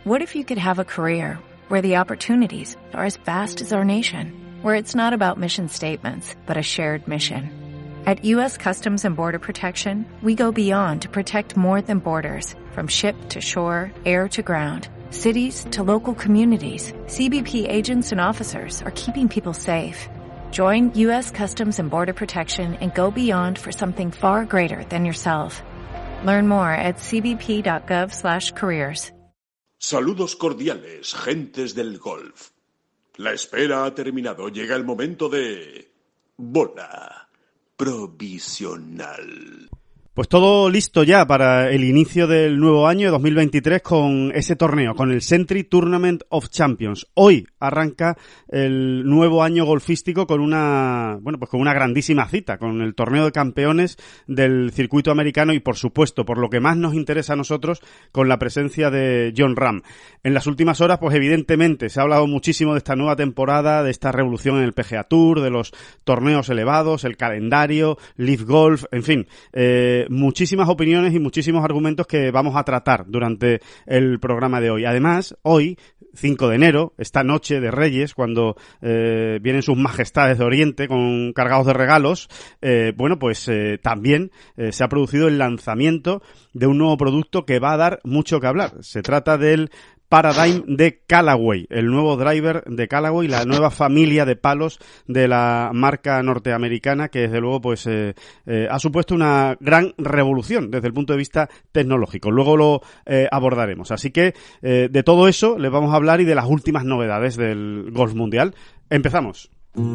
What if you could have a career where the opportunities are as vast as our nation, where it's not about mission statements, but a shared mission? At U.S. Customs and Border Protection, we go beyond to protect more than borders, from ship to shore, air to ground, cities to local communities. CBP agents and officers are keeping people safe. Join U.S. Customs and Border Protection and go beyond for something far greater than yourself. Learn more at cbp.gov/careers. Saludos cordiales, gentes del golf. La espera ha terminado. Llega el momento de... bola provisional. Pues todo listo ya para el inicio del nuevo año de 2023 con ese torneo, con el Sentry Tournament of Champions. Hoy arranca el nuevo año golfístico con una grandísima cita, con el torneo de campeones del circuito americano y, por supuesto, por lo que más nos interesa a nosotros, con la presencia de Jon Rahm. En las últimas horas, pues evidentemente se ha hablado muchísimo de esta nueva temporada, de esta revolución en el PGA Tour, de los torneos elevados, el calendario, Live Golf, en fin, muchísimas opiniones y muchísimos argumentos que vamos a tratar durante el programa de hoy. Además, hoy, 5 de enero, esta noche de Reyes, cuando vienen sus majestades de Oriente cargados de regalos, también se ha producido el lanzamiento de un nuevo producto que va a dar mucho que hablar. Se trata del Paradigm de Callaway, el nuevo driver de Callaway, la nueva familia de palos de la marca norteamericana que desde luego ha supuesto una gran revolución desde el punto de vista tecnológico. Luego lo abordaremos. Así que de todo eso les vamos a hablar y de las últimas novedades del golf mundial. Empezamos.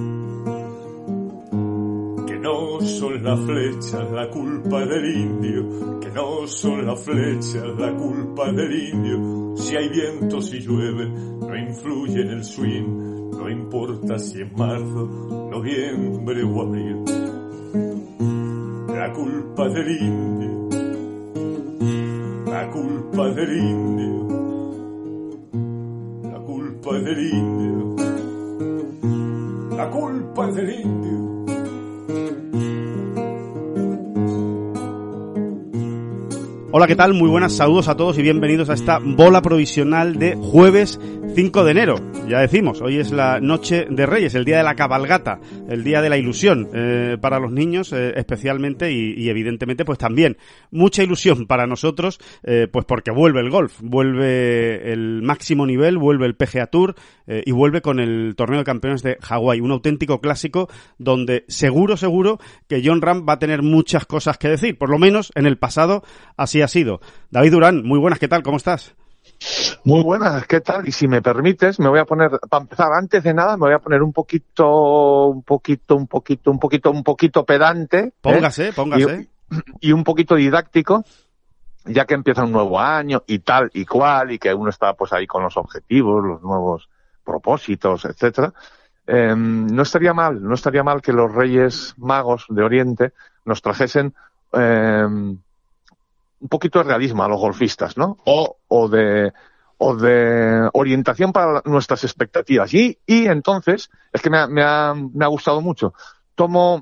No son las flechas la culpa del indio, que no son las flechas la culpa del indio. Si hay viento, si llueve, no influye en el swing, no importa si es marzo, noviembre o abril. La culpa del indio, la culpa del indio, la culpa del indio, la culpa del indio. Hola, ¿qué tal? Muy buenas, saludos a todos y bienvenidos a esta bola provisional de jueves 5 de enero. Ya decimos, hoy es la noche de Reyes, el día de la cabalgata, el día de la ilusión para los niños especialmente y evidentemente pues también mucha ilusión para nosotros pues porque vuelve el golf, vuelve el máximo nivel, vuelve el PGA Tour y vuelve con el torneo de campeones de Hawái, un auténtico clásico donde seguro que Jon Rahm va a tener muchas cosas que decir, por lo menos en el pasado así ha sido. David Durán, muy buenas, ¿qué tal? ¿Cómo estás? Muy buenas, ¿qué tal? Y si me permites, me voy a poner, para empezar, antes de nada, me voy a poner un poquito pedante. Póngase. Y un poquito didáctico, ya que empieza un nuevo año y tal y cual, y que uno está pues ahí con los objetivos, los nuevos propósitos, etcétera. No estaría mal que los Reyes Magos de Oriente nos trajesen un poquito de realismo a los golfistas, ¿no? O de orientación para nuestras expectativas. Y entonces, es que me ha gustado mucho. Tomo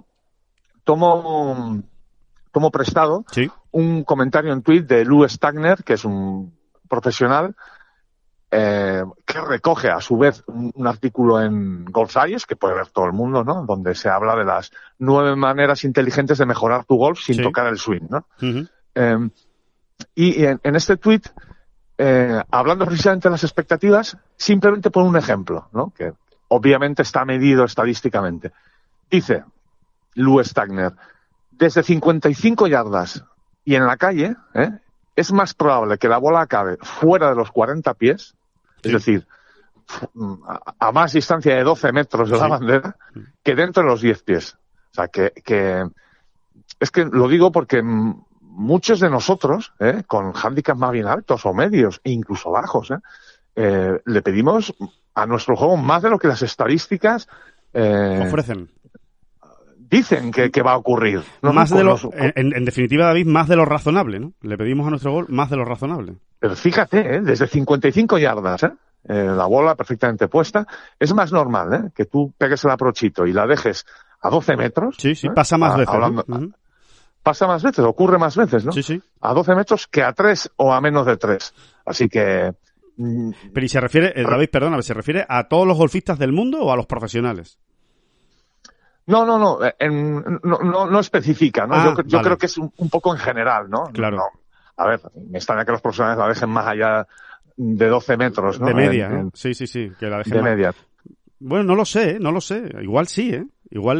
prestado un comentario en tweet de Lou Stagner, que es un profesional, que recoge a su vez un artículo en Golf Digest, que puede ver todo el mundo, ¿no? Donde se habla de las 9 maneras inteligentes de mejorar tu golf sin tocar el swing, ¿no? Uh-huh. Y en este tweet, hablando precisamente de las expectativas, simplemente pone un ejemplo, ¿no? Que obviamente está medido estadísticamente. Dice Lou Stagner, desde 55 yardas y en la calle, es más probable que la bola acabe fuera de los 40 pies, es decir, a más distancia de 12 metros de la bandera, que dentro de los 10 pies. O sea, que es que lo digo porque muchos de nosotros, con handicaps más bien altos o medios, e incluso bajos, le pedimos a nuestro juego más de lo que las estadísticas ofrecen. Dicen que va a ocurrir. ¿No? Más de en definitiva, David, más de lo razonable, ¿no? Le pedimos a nuestro gol más de lo razonable. Pero fíjate, desde 55 yardas, la bola perfectamente puesta, es más normal, que tú pegues el aprochito y la dejes a 12 metros. Sí, pasa más veces. Hablando, pasa más veces, ocurre más veces, ¿no? Sí. A 12 metros que a 3 o a menos de 3. Así que Pero ¿y se refiere, David, perdona, ¿se refiere a todos los golfistas del mundo o a los profesionales? No especifica, ¿no? Yo creo que es un poco en general, ¿no? Claro. No, a ver, me extraña que los profesionales la dejen más allá de 12 metros, ¿no? De media, ¿no? Sí, que la dejen de más. media. Bueno, no lo sé. Igual sí, ¿eh? Igual.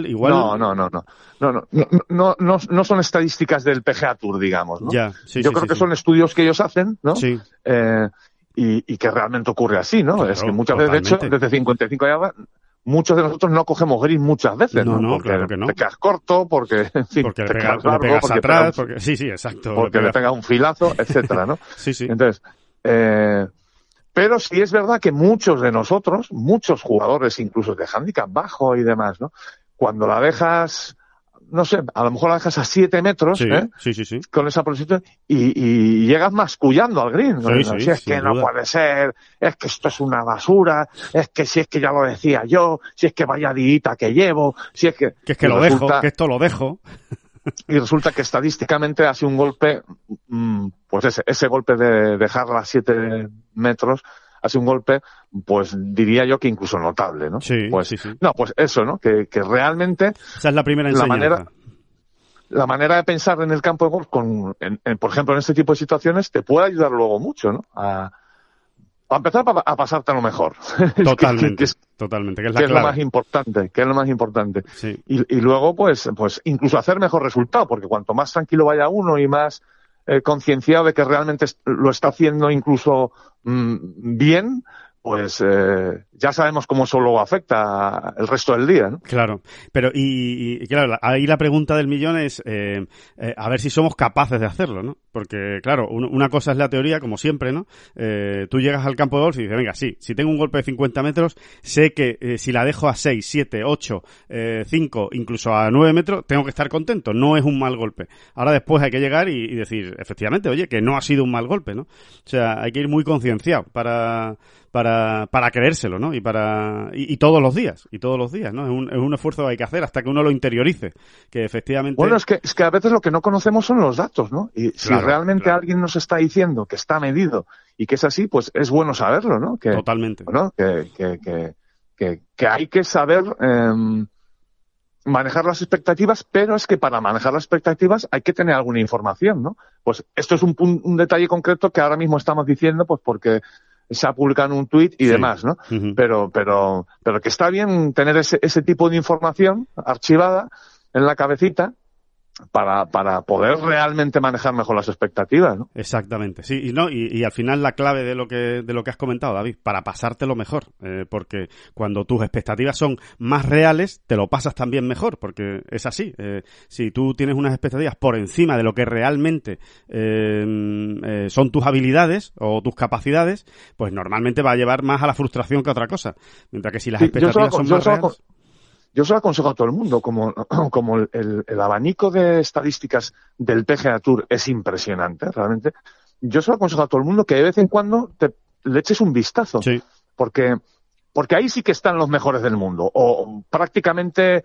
No son estadísticas del PGA Tour, digamos, ¿no? Ya, Yo creo que son estudios que ellos hacen, ¿no? Sí. Y que realmente ocurre así, ¿no? Claro, es que muchas veces, de hecho, desde 55 yardas, muchos de nosotros no cogemos green muchas veces, ¿no? Porque claro que no. te quedas corto, porque, en fin, porque te le quedas largo, pegas porque atrás, porque sí, exacto. porque le pegas un filazo, etcétera, ¿no? Sí. Entonces, pero sí es verdad que muchos de nosotros, muchos jugadores incluso de handicap bajo y demás, ¿no? Cuando la dejas, no sé, a lo mejor la dejas a 7 metros, sí. Con esa posición y llegas mascullando al green. Sí, si es que no puede ser, es que esto es una basura, es que si es que ya lo decía yo, si es que vaya diita que llevo, si es que... Que es que lo dejo, que esto lo dejo. Y resulta que estadísticamente ha sido un golpe, pues ese golpe de dejarla a 7 metros, ha sido un golpe, pues diría yo que incluso notable, ¿no? Sí. No, pues eso, ¿no? Que realmente... Esa es la primera enseñanza. La manera de pensar en el campo de golf, por ejemplo, en este tipo de situaciones, te puede ayudar luego mucho, ¿no? A empezar a pasarte a lo mejor. Totalmente, que es la clave. Que es lo más importante. Sí. Y luego, pues incluso hacer mejor resultado, porque cuanto más tranquilo vaya uno y más concienciado de que realmente lo está haciendo incluso bien, pues ya sabemos cómo eso luego afecta el resto del día, ¿no? Claro, pero y claro, ahí la pregunta del millón es a ver si somos capaces de hacerlo, ¿no? Porque claro, una cosa es la teoría, como siempre, ¿no? Tú llegas al campo de golf y dices, venga, sí, si tengo un golpe de 50 metros, sé que si la dejo a 6, 7, 8, 5, incluso a 9 metros, tengo que estar contento, no es un mal golpe. Ahora después hay que llegar y decir, efectivamente, oye, que no ha sido un mal golpe, ¿no? O sea, hay que ir muy concienciado para creérselo, ¿no? Y todos los días, ¿no? Es un esfuerzo que hay que hacer hasta que uno lo interiorice, que efectivamente... Bueno, es que a veces lo que no conocemos son los datos, ¿no? Y si realmente alguien nos está diciendo que está medido y que es así, pues es bueno saberlo, ¿no? Totalmente. Bueno, que hay que saber manejar las expectativas, pero es que para manejar las expectativas hay que tener alguna información, ¿no? Pues esto es un detalle concreto que ahora mismo estamos diciendo, pues porque se ha publicado en un tuit y demás, ¿no? Uh-huh. Pero que está bien tener ese tipo de información archivada en la cabecita para poder realmente manejar mejor las expectativas, ¿no? Exactamente, sí, y al final la clave de lo que has comentado, David, para pasártelo mejor, porque cuando tus expectativas son más reales, te lo pasas también mejor, porque es así. Si tú tienes unas expectativas por encima de lo que realmente son tus habilidades o tus capacidades, pues normalmente va a llevar más a la frustración que a otra cosa, mientras que si las expectativas son más reales... Yo se lo aconsejo a todo el mundo, como el abanico de estadísticas del PGA Tour es impresionante, realmente. Yo se lo aconsejo a todo el mundo que de vez en cuando le eches un vistazo. Sí. Porque ahí sí que están los mejores del mundo. O prácticamente,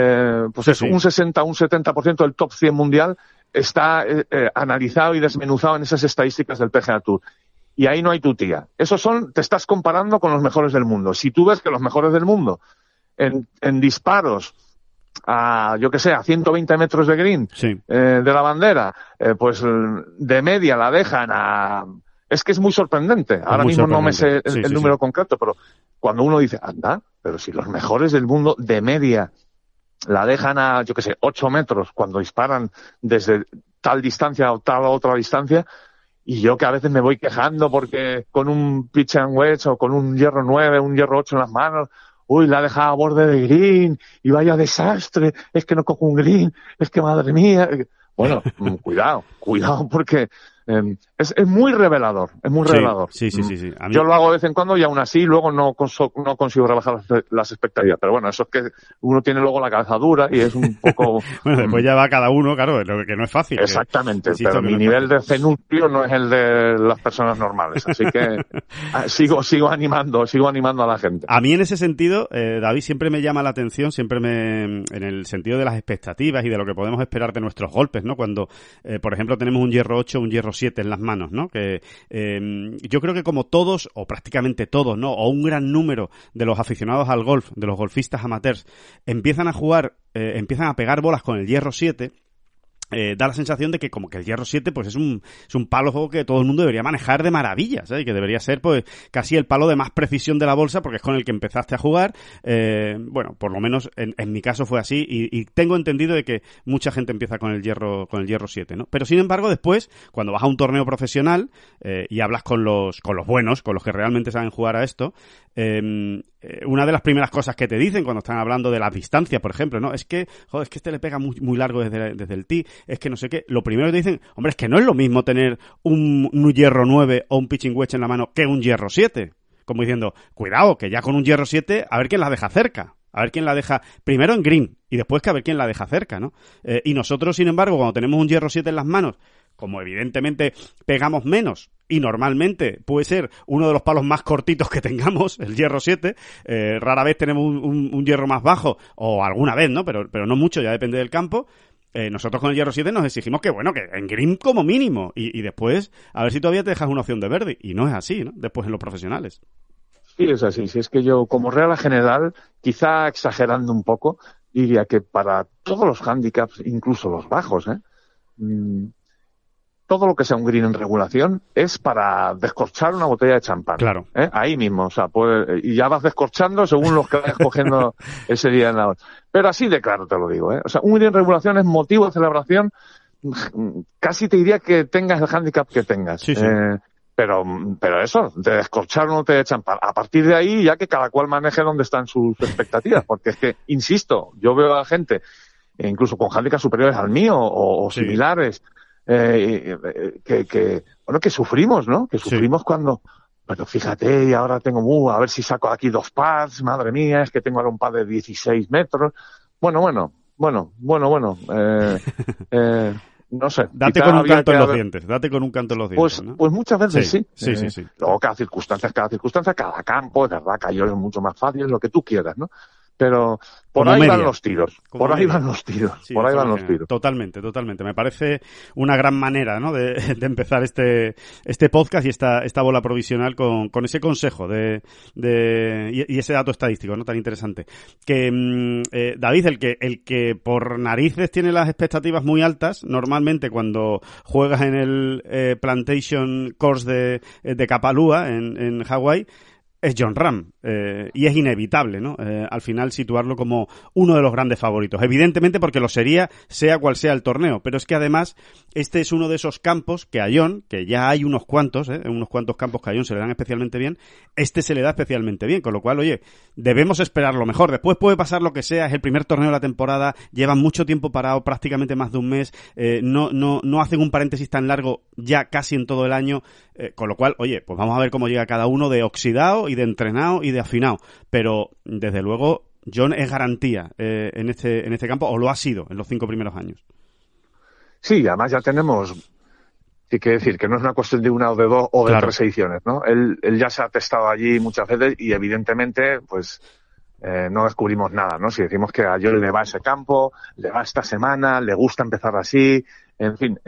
un 60 o un 70% del top 100 mundial está analizado y desmenuzado en esas estadísticas del PGA Tour. Y ahí no hay tu tía. Te estás comparando con los mejores del mundo. Si tú ves que los mejores del mundo en disparos a 120 metros de green, de la bandera, pues de media la dejan es que es muy sorprendente. Ahora mismo no me sé el número concreto, pero cuando uno dice, anda, pero si los mejores del mundo de media la dejan a, 8 metros cuando disparan desde tal distancia o tal otra distancia, y yo que a veces me voy quejando porque con un pitch and wedge o con un hierro 9, un hierro 8 en las manos, uy, la ha dejado a borde de green, y vaya desastre, es que no cojo un green, es que madre mía. Bueno, cuidado, porque es muy revelador, revelador. Sí. Yo lo hago de vez en cuando y aún así luego no consigo rebajar las expectativas. Pero bueno, eso es que uno tiene luego la cabeza dura y es un poco... Bueno, después ya va cada uno, claro, lo que no es fácil. Exactamente, pero mi nivel de cenutrio no es el de las personas normales. Así que sigo animando a la gente. A mí en ese sentido, David, siempre me llama la atención, en el sentido de las expectativas y de lo que podemos esperar de nuestros golpes, ¿no? Cuando, por ejemplo, tenemos un hierro 8, un hierro 7 en las manos, ¿no? Que yo creo que como todos, o prácticamente todos, ¿no? O un gran número de los aficionados al golf, de los golfistas amateurs, empiezan a jugar, empiezan a pegar bolas con el hierro 7, da la sensación de que como que el hierro 7 pues es un palo que todo el mundo debería manejar de maravilla, ¿sabes? Que debería ser pues casi el palo de más precisión de la bolsa porque es con el que empezaste a jugar. Bueno, por lo menos en mi caso fue así y tengo entendido de que mucha gente empieza con el hierro 7, ¿no? Pero sin embargo después, cuando vas a un torneo profesional y hablas con los buenos, con los que realmente saben jugar a esto, una de las primeras cosas que te dicen cuando están hablando de las distancias, por ejemplo, ¿no? Es que, joder, es que este le pega muy largo desde el tee, es que no sé qué. Lo primero que te dicen, hombre, es que no es lo mismo tener un hierro 9 o un pitching wedge en la mano que un hierro 7. Como diciendo, cuidado, que ya con un hierro 7, a ver quién la deja cerca. A ver quién la deja primero en green y después que a ver quién la deja cerca, ¿no? Y nosotros, sin embargo, cuando tenemos un hierro 7 en las manos, como evidentemente pegamos menos y normalmente puede ser uno de los palos más cortitos que tengamos, el hierro 7, rara vez tenemos un hierro más bajo, o alguna vez, ¿no? Pero no mucho, ya depende del campo. Nosotros con el hierro 7 nos exigimos que, bueno, que en green como mínimo y después a ver si todavía te dejas una opción de verde. Y no es así, ¿no? Después en los profesionales. Sí, es así. Si es que yo, como regla general, quizá exagerando un poco, diría que para todos los handicaps, incluso los bajos, todo lo que sea un green en regulación es para descorchar una botella de champán. Claro. Ahí mismo, o sea, pues, y ya vas descorchando según los que vayas cogiendo ese día en la hora. Pero así de claro te lo digo, O sea, un green en regulación es motivo de celebración, casi te diría que tengas el handicap que tengas. Sí, sí. Pero eso, de descorchar una botella de champán. A partir de ahí, ya que cada cual maneje dónde están sus expectativas. Porque es que, insisto, yo veo a gente, incluso con handicaps superiores al mío o sí, similares, que sufrimos, ¿no? Que sufrimos cuando, pero fíjate, y ahora tengo, a ver si saco aquí 2 pads, madre mía, es que tengo ahora un pad de 16 metros. Bueno. No sé. Date con un canto en los dientes, ¿no? Pues muchas veces sí. Sí. Luego cada circunstancia, cada campo, es verdad, Cayó es mucho más fácil, lo que tú quieras, ¿no? Pero por ahí van los tiros. Totalmente. Me parece una gran manera, ¿no? de empezar este podcast y esta bola provisional con ese consejo y ese dato estadístico, ¿no? Tan interesante. Que David, el que por narices tiene las expectativas muy altas, normalmente cuando juegas en el Plantation Course de Kapalua en Hawái, es Jon Rahm, y es inevitable, ¿no? Al final situarlo como uno de los grandes favoritos. Evidentemente porque lo sería, sea cual sea el torneo, pero es que además este es uno de esos campos que a Jon, que ya hay unos cuantos campos que a Jon se le dan especialmente bien, este se le da especialmente bien, con lo cual, oye, debemos esperar lo mejor. Después puede pasar lo que sea, es el primer torneo de la temporada, llevan mucho tiempo parado, prácticamente más de un mes, no hacen un paréntesis tan largo ya casi en todo el año, con lo cual, oye, pues vamos a ver cómo llega cada uno de oxidado y de entrenado y de afinado, pero desde luego Jon es garantía en este campo, o lo ha sido en los 5 primeros años. Sí, además ya tenemos, hay que decir que no es una cuestión de una o de 2 o de 3 ediciones, ¿no? Él ya se ha testado allí muchas veces y evidentemente pues no descubrimos nada, ¿no? Si decimos que a Jon le va a ese campo, le va esta semana, le gusta empezar así, en fin,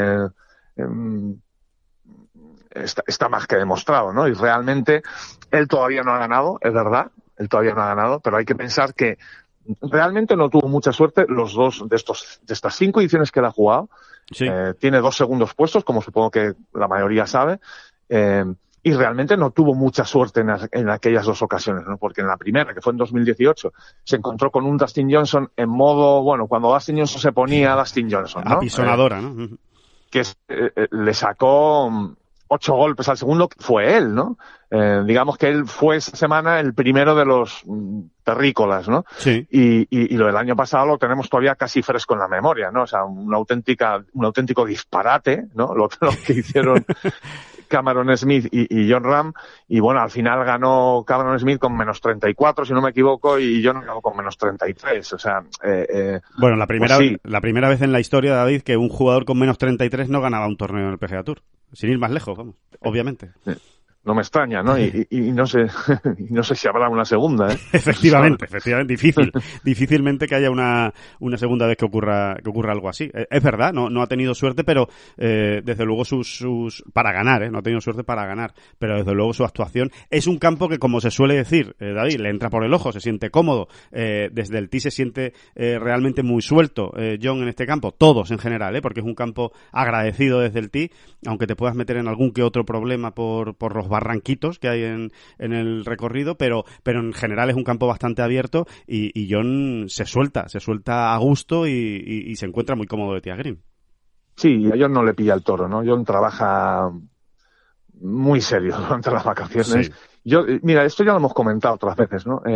está más que demostrado, ¿no? Y realmente él todavía no ha ganado, es verdad, pero hay que pensar que realmente no tuvo mucha suerte los dos de estas 5 ediciones que él ha jugado. Sí. Tiene 2 segundos puestos, como supongo que la mayoría sabe, y realmente no tuvo mucha suerte en aquellas 2 ocasiones, ¿no? Porque en la primera, que fue en 2018, se encontró con un Dustin Johnson en modo, bueno, cuando Dustin Johnson se ponía a Dustin Johnson, ¿no? Apisonadora, ¿no? Que le sacó 8 golpes al segundo, fue él, ¿no? Digamos que él fue esa semana el primero de los terrícolas, ¿no? Sí. Y lo del año pasado lo tenemos todavía casi fresco en la memoria, ¿no? O sea, un auténtico disparate, ¿no? Lo que hicieron Cameron Smith y Jon Rahm, y bueno, al final ganó Cameron Smith con menos 34, si no me equivoco, y Jon ganó con menos 33, o sea... bueno, la primera vez en la historia, David, que un jugador con menos 33 no ganaba un torneo en el PGA Tour. Sin ir más lejos, vamos, obviamente. no me extraña, ¿no? Y no sé, no sé si habrá una segunda, ¿eh? Efectivamente, difícilmente que haya una segunda vez que ocurra algo así. Es verdad, no ha tenido suerte, pero desde luego para ganar, no ha tenido suerte para ganar, pero desde luego su actuación es un campo que, como se suele decir, David, le entra por el ojo, se siente cómodo, desde el tee se siente realmente muy suelto, John, en este campo, todos en general, porque es un campo agradecido desde el tee, aunque te puedas meter en algún que otro problema por los barranquitos que hay en el recorrido, pero en general es un campo bastante abierto y John se suelta a gusto y se encuentra muy cómodo de tee a green. Sí, a John no le pilla el toro, ¿no? John trabaja muy serio durante las vacaciones. Sí. Mira, esto ya lo hemos comentado otras veces, ¿no?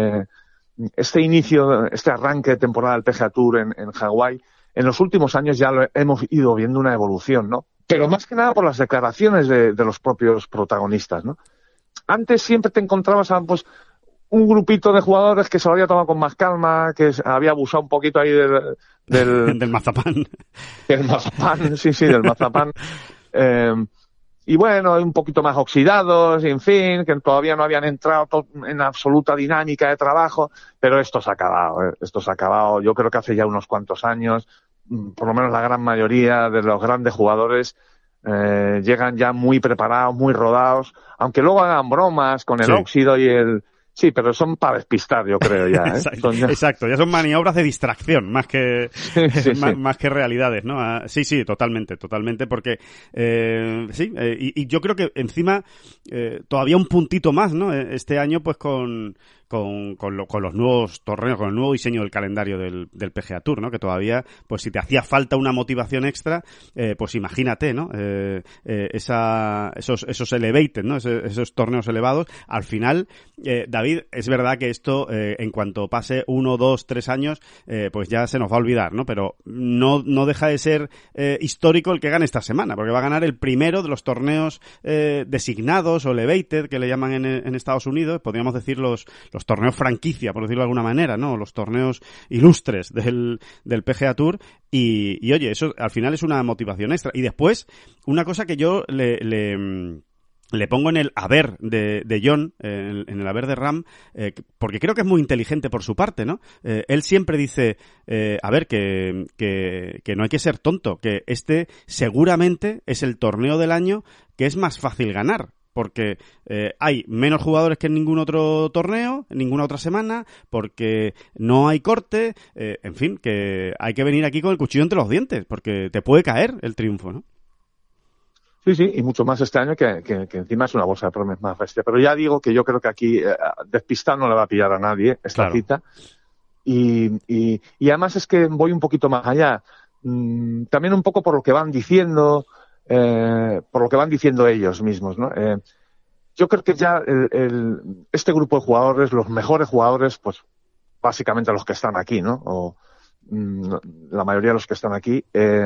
Este arranque de temporada del PGA Tour en Hawái, en los últimos años ya lo hemos ido viendo una evolución, ¿no? Pero más que nada por las declaraciones de los propios protagonistas, ¿no? Antes siempre te encontrabas a, pues, un grupito de jugadores que se lo había tomado con más calma, que había abusado un poquito ahí del mazapán. Del mazapán, sí, del mazapán. Y bueno, un poquito más oxidados, en fin, que todavía no habían entrado en absoluta dinámica de trabajo, pero esto se ha acabado. Yo creo que hace ya unos cuantos años, por lo menos la gran mayoría de los grandes jugadores llegan ya muy preparados, muy rodados, aunque luego hagan bromas con el óxido y el... Sí, pero son para despistar, yo creo ya, ¿eh? Exacto, ya son maniobras de distracción, más que más que realidades, ¿no? Sí, totalmente, porque y yo creo que encima todavía un puntito más, ¿no? Este año, pues con los nuevos torneos, con el nuevo diseño del calendario del PGA Tour, ¿no? Que todavía, pues si te hacía falta una motivación extra, pues imagínate, ¿no? Esos elevated, ¿no? Esos torneos elevados. Al final, David, es verdad que esto, en cuanto pase 1, 2, 3 años, pues ya se nos va a olvidar, ¿no? Pero no deja de ser histórico el que gane esta semana, porque va a ganar el primero de los torneos designados o elevated, que le llaman en Estados Unidos, podríamos decir los torneos franquicia, por decirlo de alguna manera, ¿no? Los torneos ilustres del PGA Tour y oye, eso al final es una motivación extra. Y después, una cosa que yo le pongo en el haber de John, en el haber de Rahm, porque creo que es muy inteligente por su parte, ¿no? Él siempre dice, que no hay que ser tonto, que este seguramente es el torneo del año que es más fácil ganar. Porque hay menos jugadores que en ningún otro torneo, en ninguna otra semana, porque no hay corte, en fin, que hay que venir aquí con el cuchillo entre los dientes, porque te puede caer el triunfo, ¿no? Sí, y mucho más este año que encima es una bolsa de premios más bestia. Pero ya digo que yo creo que aquí despistar no le va a pillar a nadie esta cita. Y además es que voy un poquito más allá. También un poco por lo que van diciendo... por lo que van diciendo ellos mismos, ¿no? Yo creo que ya este grupo de jugadores, los mejores jugadores, pues básicamente los que están aquí, ¿no? O la mayoría de los que están aquí,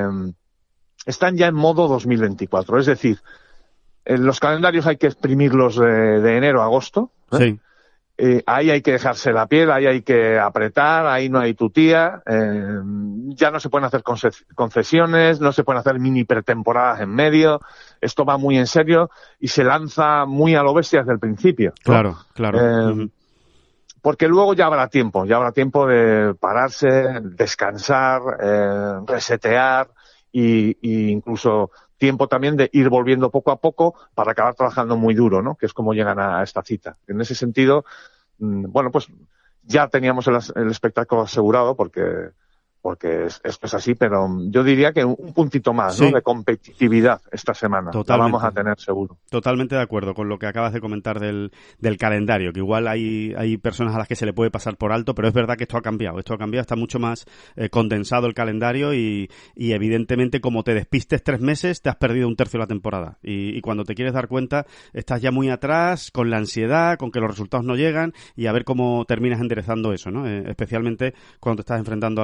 están ya en modo 2024. Es decir, los calendarios hay que exprimirlos de enero a agosto. Sí. Ahí hay que dejarse la piel, ahí hay que apretar, ahí no hay tutía, ya no se pueden hacer concesiones, no se pueden hacer mini pretemporadas en medio, esto va muy en serio y se lanza muy a lo bestia desde el principio, ¿no? Claro. Porque luego ya habrá tiempo de pararse, descansar, resetear y incluso tiempo también de ir volviendo poco a poco para acabar trabajando muy duro, ¿no? Que es como llegan a esta cita. En ese sentido, bueno, pues ya teníamos el espectáculo asegurado porque esto es así, pero yo diría que un puntito más, ¿no? De competitividad esta semana. Totalmente. La vamos a tener seguro. Totalmente de acuerdo con lo que acabas de comentar del calendario, que igual hay personas a las que se le puede pasar por alto, pero es verdad que esto ha cambiado, está mucho más condensado el calendario y evidentemente como te despistes 3 meses te has perdido 1/3 de la temporada y cuando te quieres dar cuenta estás ya muy atrás con la ansiedad, con que los resultados no llegan y a ver cómo terminas enderezando eso, ¿no? Especialmente cuando te estás enfrentando a los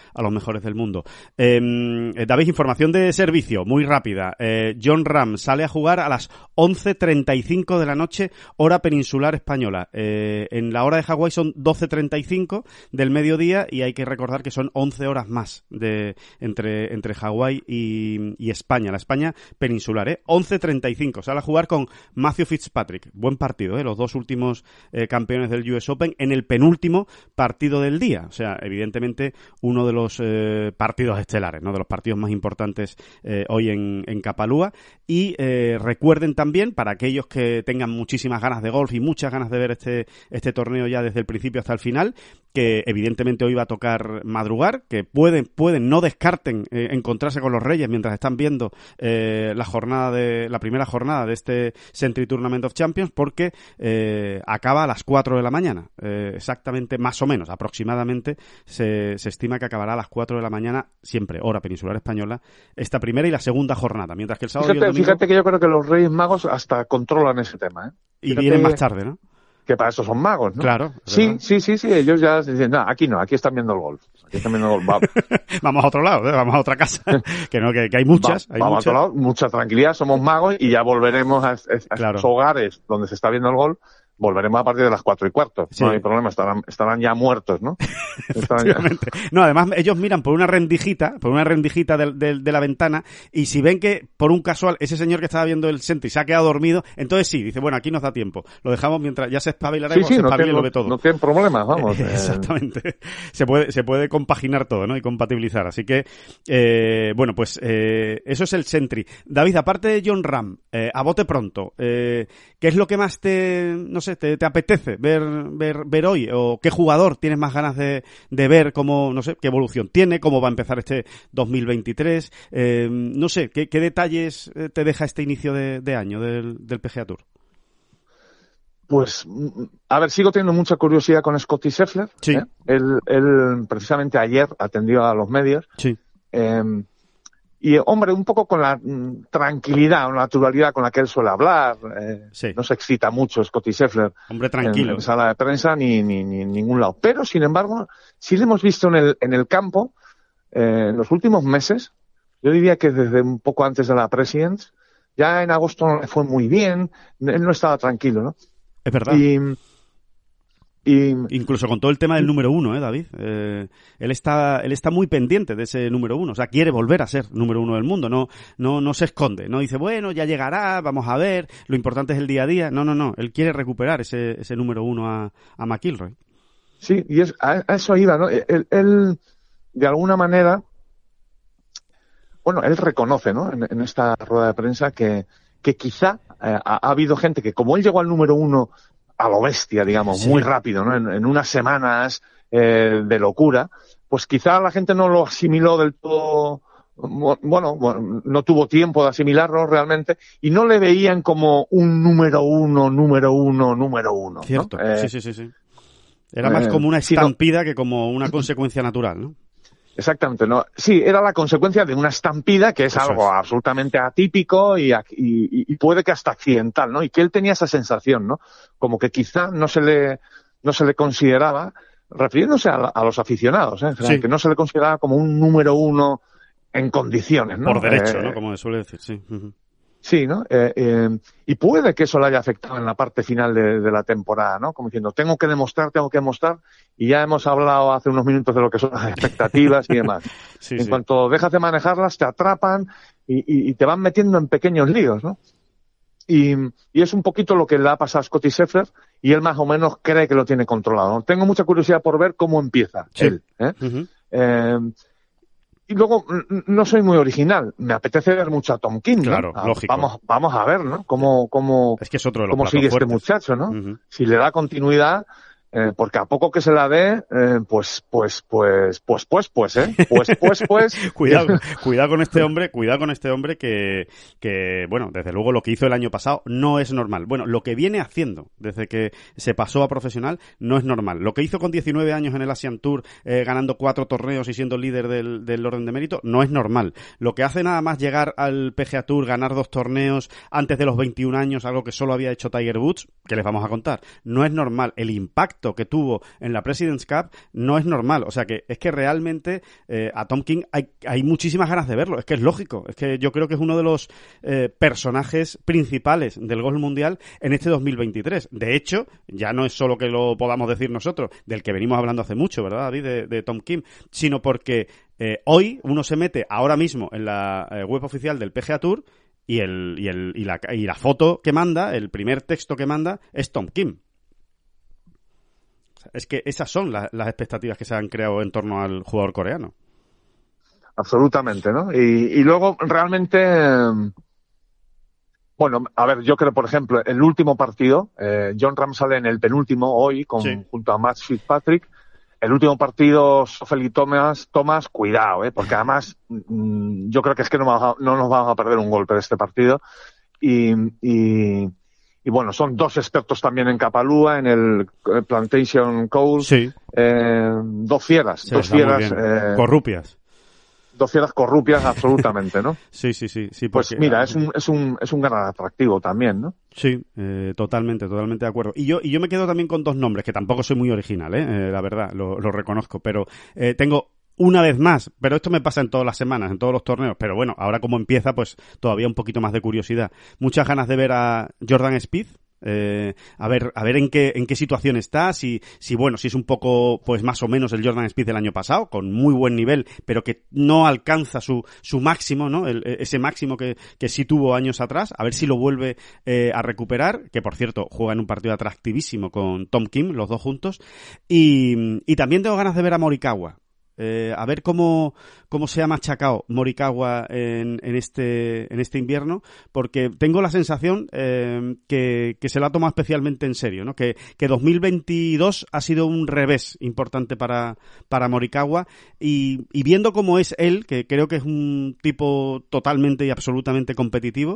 los mejores del mundo. David, información de servicio, muy rápida. Jon Rahm sale a jugar a las 11:35 de la noche, hora peninsular española. En la hora de Hawái son 12:35 del mediodía y hay que recordar que son 11 horas más entre Hawái y España, la España peninsular, 11:35. Sale a jugar con Matthew Fitzpatrick. Buen partido, los dos últimos campeones del US Open en el penúltimo partido del día. O sea, evidentemente uno de los partidos estelares, ¿no? De los partidos más importantes hoy en Kapalua. Y recuerden también, para aquellos que tengan muchísimas ganas de golf y muchas ganas de ver este torneo ya desde el principio hasta el final, que evidentemente hoy va a tocar madrugar, que pueden, no descarten encontrarse con los Reyes mientras están viendo la primera jornada de este Sentry Tournament of Champions, porque acaba a las 4 de la mañana, exactamente, más o menos, aproximadamente, se estima que acabará a las 4 de la mañana, siempre hora peninsular española, esta primera y la segunda jornada, mientras que el sábado y el domingo... Fíjate que yo creo que los Reyes Magos hasta controlan ese tema, Y vienen más tarde, ¿no? Que para eso son magos, ¿no? Claro. Sí, ellos ya dicen, no, aquí están viendo el golf. Vamos a otro lado, vamos a otra casa, que hay muchas. Vamos a otro lado, mucha tranquilidad, somos magos y ya volveremos a esos hogares donde se está viendo el golf. Volveremos a partir de las 4:15. Sí. No hay problema, estarán ya muertos, ¿no? No, además ellos miran por una rendijita de la ventana, y si ven que por un casual ese señor que estaba viendo el Sentry se ha quedado dormido, entonces sí, dice, bueno, aquí nos da tiempo. Lo dejamos mientras ya se espabilaremos, se espabila y lo ve todo. No tienen problemas, vamos. Exactamente. Se puede compaginar todo, ¿no? Y compatibilizar. Así que, eso es el Sentry. David, aparte de Jon Rahm, a bote pronto, ¿qué es lo que más te apetece ver hoy? ¿O qué jugador tienes más ganas de ver? Cómo, qué evolución tiene, cómo va a empezar este 2023, ¿qué detalles te deja este inicio de año del PGA Tour? Pues, a ver, sigo teniendo mucha curiosidad con Scottie Scheffler. Sí. Él precisamente ayer atendió a los medios. Sí. Y, hombre, un poco con la tranquilidad o naturalidad con la que él suele hablar. Sí. No se excita mucho Scottie Scheffler. Hombre tranquilo. En sala de prensa ni en ningún lado. Pero, sin embargo, sí le hemos visto en el campo, en los últimos meses, yo diría que desde un poco antes de la Presidents, ya en agosto no le fue muy bien, él no estaba tranquilo, ¿no? Es verdad. Incluso con todo el tema del número 1, David. Él está muy pendiente de ese número 1. O sea, quiere volver a ser número 1 del mundo. No se esconde. No dice, bueno, ya llegará, vamos a ver, lo importante es el día a día. No. Él quiere recuperar ese número 1 a McIlroy. Sí, y a eso iba, ¿no? Él, de alguna manera, él reconoce, ¿no? En esta rueda de prensa que quizá ha habido gente que, como él llegó al número 1 a lo bestia, digamos, sí, muy rápido, ¿no? En unas semanas de locura, pues quizá la gente no lo asimiló del todo, no tuvo tiempo de asimilarlo realmente, y no le veían como un número uno. Cierto, ¿no? Sí. Era más como una estampida que como una consecuencia natural, ¿no? Exactamente, no. Sí, era la consecuencia de una estampida que es algo absolutamente atípico y puede que hasta accidental, ¿no? Y que él tenía esa sensación, ¿no? Como que quizá no se le consideraba, refiriéndose a los aficionados, sí, que no se le consideraba como un número 1 en condiciones, ¿no? Por derecho, ¿no? Como se suele decir, sí. Uh-huh. Sí, ¿no? Y puede que eso le haya afectado en la parte final de la temporada, ¿no? Como diciendo, tengo que demostrar, y ya hemos hablado hace unos minutos de lo que son las expectativas y demás. Sí, en cuanto dejas de manejarlas, te atrapan y te van metiendo en pequeños líos, ¿no? Y es un poquito lo que le ha pasado a Scottie Scheffler, y él más o menos cree que lo tiene controlado, ¿no? Tengo mucha curiosidad por ver cómo empieza él, Uh-huh. Y luego, no soy muy original. Me apetece ver mucho a Tom Kim, ¿no? Claro, lógico. Vamos a ver, ¿no? Cómo es que es otro de los cómo sigue fuertes. Este muchacho, ¿no? Uh-huh. Si le da continuidad, porque a poco que se la dé, pues. Cuidado con este hombre que, bueno, desde luego lo que hizo el año pasado no es normal. Bueno, lo que viene haciendo desde que se pasó a profesional no es normal. Lo que hizo con 19 años en el Asian Tour, ganando 4 torneos y siendo líder del orden de mérito, no es normal. Lo que hace nada más llegar al PGA Tour, ganar 2 torneos antes de los 21 años, algo que solo había hecho Tiger Woods, que les vamos a contar, no es normal. El impacto impacto que tuvo en la President's Cup no es normal. O sea que es que realmente a Tom Kim hay muchísimas ganas de verlo. Es que es lógico. Es que yo creo que es uno de los personajes principales del golf mundial en este 2023. De hecho, ya no es solo que lo podamos decir nosotros, del que venimos hablando hace mucho, ¿verdad, David? De Tom Kim, sino porque hoy uno se mete ahora mismo en la web oficial del PGA Tour y la foto que manda, el primer texto que manda es Tom Kim. Es que esas son las expectativas que se han creado en torno al jugador coreano. Absolutamente, ¿no? Y luego realmente, bueno, a ver, yo creo, por ejemplo, el último partido, Jon Rahm sale en el penúltimo hoy junto a Matt Fitzpatrick. El último partido, Schauffele y Thomas, cuidado, porque además yo creo que es que no nos vamos a perder un golpe de este partido. Y bueno, son dos expertos también en Kapalua, en el Plantation Cove. Sí. Dos fieras. Corrupias. Dos fieras corrupias absolutamente, ¿no? Sí, pues mira, es un gran atractivo también, ¿no? Sí, totalmente de acuerdo. Y yo me quedo también con dos nombres, que tampoco soy muy original, la verdad, lo reconozco, pero tengo una vez más, pero esto me pasa en todas las semanas, en todos los torneos, pero bueno, ahora como empieza, pues todavía un poquito más de curiosidad. Muchas ganas de ver a Jordan Spieth. A ver en qué situación está, si es un poco, pues más o menos el Jordan Spieth del año pasado, con muy buen nivel, pero que no alcanza su máximo, ¿no? Ese máximo que sí tuvo años atrás, a ver si lo vuelve a recuperar, que por cierto, juega en un partido atractivísimo con Tom Kim, los dos juntos, y también tengo ganas de ver a Morikawa. A ver cómo se ha machacado Morikawa en este invierno, porque tengo la sensación que se lo ha tomado especialmente en serio, ¿no? Que 2022 ha sido un revés importante para Morikawa, y viendo cómo es él, que creo que es un tipo totalmente y absolutamente competitivo,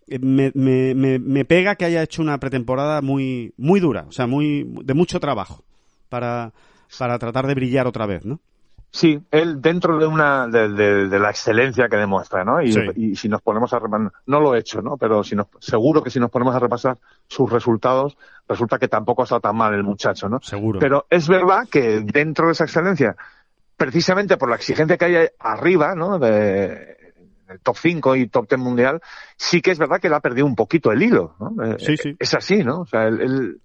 me pega que haya hecho una pretemporada muy muy dura, o sea, de mucho trabajo para tratar de brillar otra vez, ¿no? Sí, él dentro de la excelencia que demuestra, ¿no? Y si nos ponemos a repasar, no lo he hecho, ¿no? Pero seguro que si nos ponemos a repasar sus resultados, resulta que tampoco está tan mal el muchacho, ¿no? Seguro. Pero es verdad que dentro de esa excelencia, precisamente por la exigencia que hay arriba, ¿no? del top 5 y top 10 mundial, sí que es verdad que le ha perdido un poquito el hilo, ¿no? Sí. Es así, ¿no? O sea, él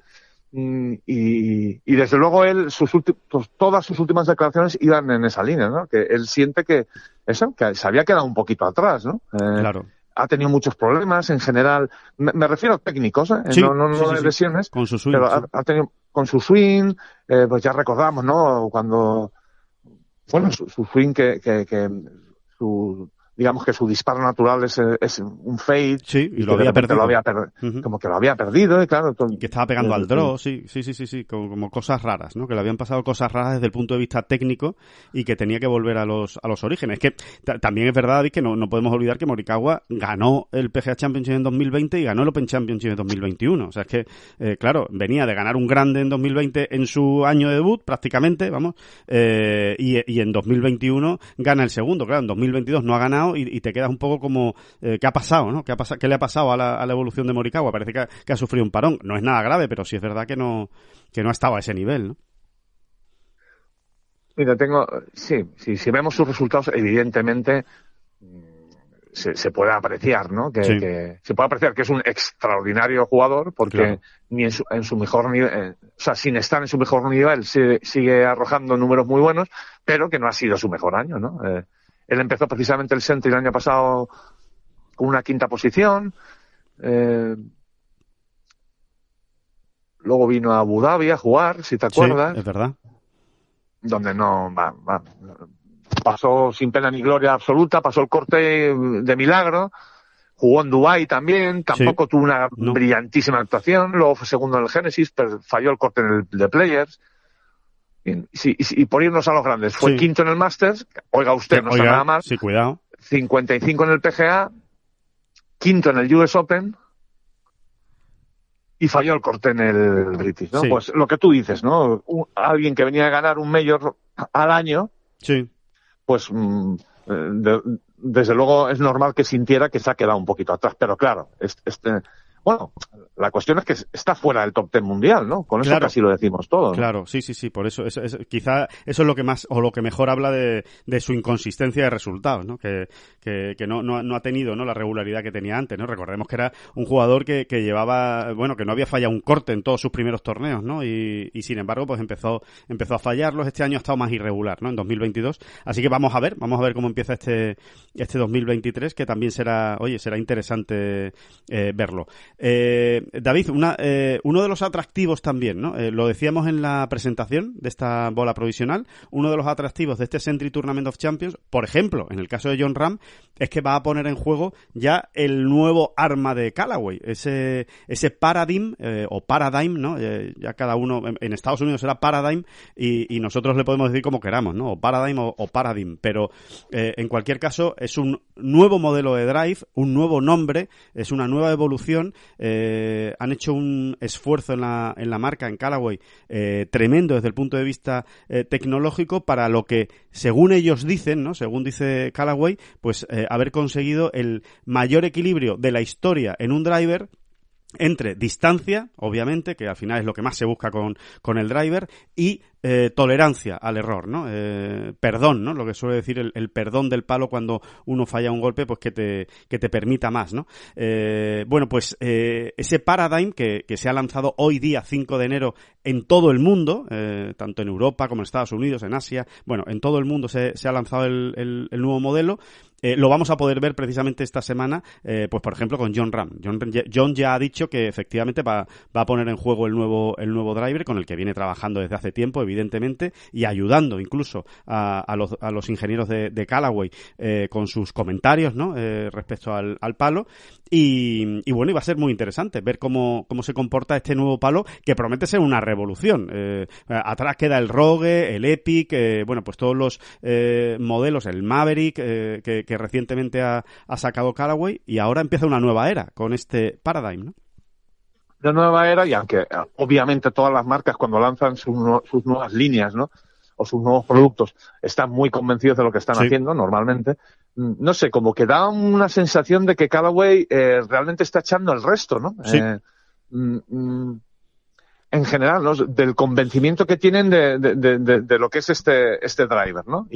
y desde luego él todas sus últimas declaraciones iban en esa línea, ¿no? Que él siente que se había quedado un poquito atrás, ¿no? Claro. Ha tenido muchos problemas en general, me refiero a técnicos, no de lesiones, con su swing, pero ha tenido con su swing, pues ya recordamos, ¿no? Cuando su swing digamos que su disparo natural es un fade. Sí, y lo había perdido. Como que lo había perdido, y claro. Y que estaba pegando al draw, sí, como cosas raras, ¿no? Que le habían pasado cosas raras desde el punto de vista técnico y que tenía que volver a los orígenes. Es que también es verdad, David, que no podemos olvidar que Morikawa ganó el PGA Championship en 2020 y ganó el Open Championship en 2021. O sea, es que, claro, venía de ganar un grande en 2020 en su año de debut, prácticamente, y en 2021 gana el segundo. Claro, en 2022 no ha ganado y te quedas un poco como ¿qué ha pasado, no? ¿Qué le ha pasado a la evolución de Morikawa? Parece que ha sufrido un parón. No es nada grave, pero sí es verdad que no ha estado a ese nivel, ¿no? Mira, si vemos sus resultados, evidentemente se puede apreciar, ¿no? Que se puede apreciar que es un extraordinario jugador, porque claro, ni en su mejor nivel, sin estar en su mejor nivel, sigue arrojando números muy buenos, pero que no ha sido su mejor año, ¿no? Él empezó precisamente el Sentry el año pasado con una 5ª posición. Luego vino a Abu Dhabi a jugar, si te acuerdas. Sí, es verdad. Donde pasó sin pena ni gloria absoluta, pasó el corte de milagro. Jugó en Dubái también, tampoco tuvo una brillantísima actuación. Luego fue segundo en el Genesis, pero falló el corte en el de Players. Y por irnos a los grandes, fue quinto en el Masters, oiga usted, no está nada mal. Sí, cuidado. 55 en el PGA, quinto en el US Open y falló el corte en el British, ¿no? Sí. Pues lo que tú dices, ¿no? Alguien que venía a ganar un Major al año, pues desde luego es normal que sintiera que se ha quedado un poquito atrás, pero claro, Bueno, la cuestión es que está fuera del top 10 mundial, ¿no? Con eso casi lo decimos todo, ¿no? Claro, sí, por eso quizá eso es lo que más o lo que mejor habla de su inconsistencia de resultados, ¿no? Que no ha tenido, ¿no?, la regularidad que tenía antes, ¿no? Recordemos que era un jugador que llevaba, bueno, que no había fallado un corte en todos sus primeros torneos, ¿no? Y sin embargo, pues empezó a fallarlos. Este año ha estado más irregular, ¿no? En 2022. Así que vamos a ver cómo empieza este 2023, que también será interesante verlo. David, uno de los atractivos también, ¿no? Lo decíamos en la presentación de esta bola provisional, uno de los atractivos de este Sentry Tournament of Champions, por ejemplo, en el caso de Jon Rahm, es que va a poner en juego ya el nuevo arma de Callaway, ese Paradigm, o Paradigm, ¿no? Ya cada uno, en Estados Unidos será Paradigm, y nosotros le podemos decir como queramos, ¿no? O Paradigm o Paradigm, pero en cualquier caso es un nuevo modelo de drive, un nuevo nombre, es una nueva evolución. Han hecho un esfuerzo en la marca, en Callaway, tremendo desde el punto de vista tecnológico, para lo que, según ellos dicen, ¿no?, según dice Callaway, pues haber conseguido el mayor equilibrio de la historia en un driver entre distancia, obviamente, que al final es lo que más se busca con el driver, y tolerancia al error, ¿no? Perdón, ¿no? Lo que suele decir el perdón del palo cuando uno falla un golpe, pues que te permita más, ¿no? Bueno, pues ese Paradigm que se ha lanzado hoy día 5 de enero en todo el mundo, tanto en Europa como en Estados Unidos, en Asia, bueno, en todo el mundo se ha lanzado el nuevo modelo. Lo vamos a poder ver precisamente esta semana, pues por ejemplo con Jon Rahm. Jon ya ha dicho que efectivamente va a poner en juego el nuevo driver, con el que viene trabajando desde hace tiempo, evidentemente, y ayudando incluso a los ingenieros de Callaway con sus comentarios, ¿no?, respecto al palo. Y bueno, y va a ser muy interesante ver cómo se comporta este nuevo palo, que promete ser una revolución. Atrás queda el Rogue, el Epic, bueno, pues todos los modelos, el Maverick, que recientemente ha sacado Callaway, y ahora empieza una nueva era con este Paradigm, ¿no? Una nueva era, y aunque obviamente todas las marcas cuando lanzan sus nuevas líneas, ¿no?, o sus nuevos productos, están muy convencidos de lo que están haciendo normalmente, no sé, como que da una sensación de que Callaway realmente está echando el resto, ¿no? Sí. En general, ¿no?, del convencimiento que tienen de lo que es este driver, ¿no?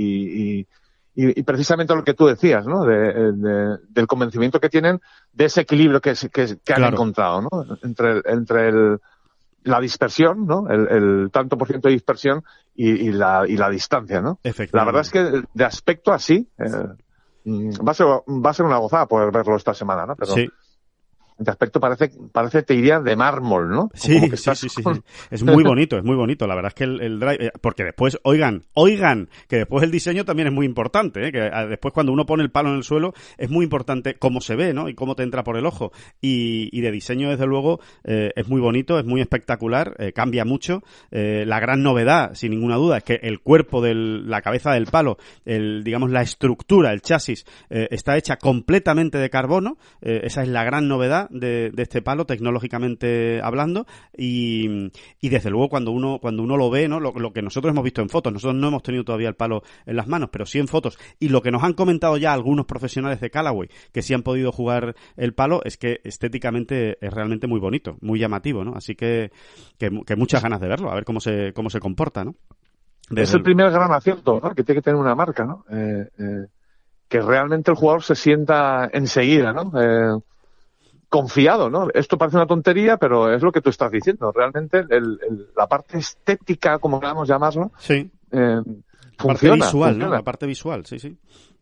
Y precisamente lo que tú decías, ¿no?, del convencimiento que tienen de ese equilibrio que han encontrado, ¿no?, entre la dispersión, ¿no?, el tanto por ciento de dispersión y la distancia, ¿no? La verdad es que de aspecto así va a ser una gozada poder verlo esta semana, ¿no? Pero sí. De aspecto parece te diría de mármol, ¿no? Sí. Es muy bonito, La verdad es que el drive, porque después, oigan, que después el diseño también es muy importante, que después cuando uno pone el palo en el suelo es muy importante cómo se ve, ¿no?, y cómo te entra por el ojo. Y de diseño, desde luego, es muy bonito, es muy espectacular, cambia mucho. La gran novedad, sin ninguna duda, es que el cuerpo la cabeza del palo, digamos la estructura, el chasis, está hecha completamente de carbono. Esa es la gran novedad de este palo, tecnológicamente hablando, y desde luego cuando uno lo ve, ¿no?, lo que nosotros hemos visto en fotos, nosotros no hemos tenido todavía el palo en las manos, pero sí en fotos, y lo que nos han comentado ya algunos profesionales de Callaway que sí han podido jugar el palo, es que estéticamente es realmente muy bonito, muy llamativo, ¿no? Así que muchas ganas de verlo, a ver cómo se comporta, ¿no? Es el primer gran acierto, ¿no?, que tiene que tener una marca, ¿no? Que realmente el jugador se sienta enseguida, ¿no?, confiado, ¿no? Esto parece una tontería, pero es lo que tú estás diciendo. Realmente la parte estética, como queramos llamarlo, sí. Funciona. ¿No? La parte visual, sí.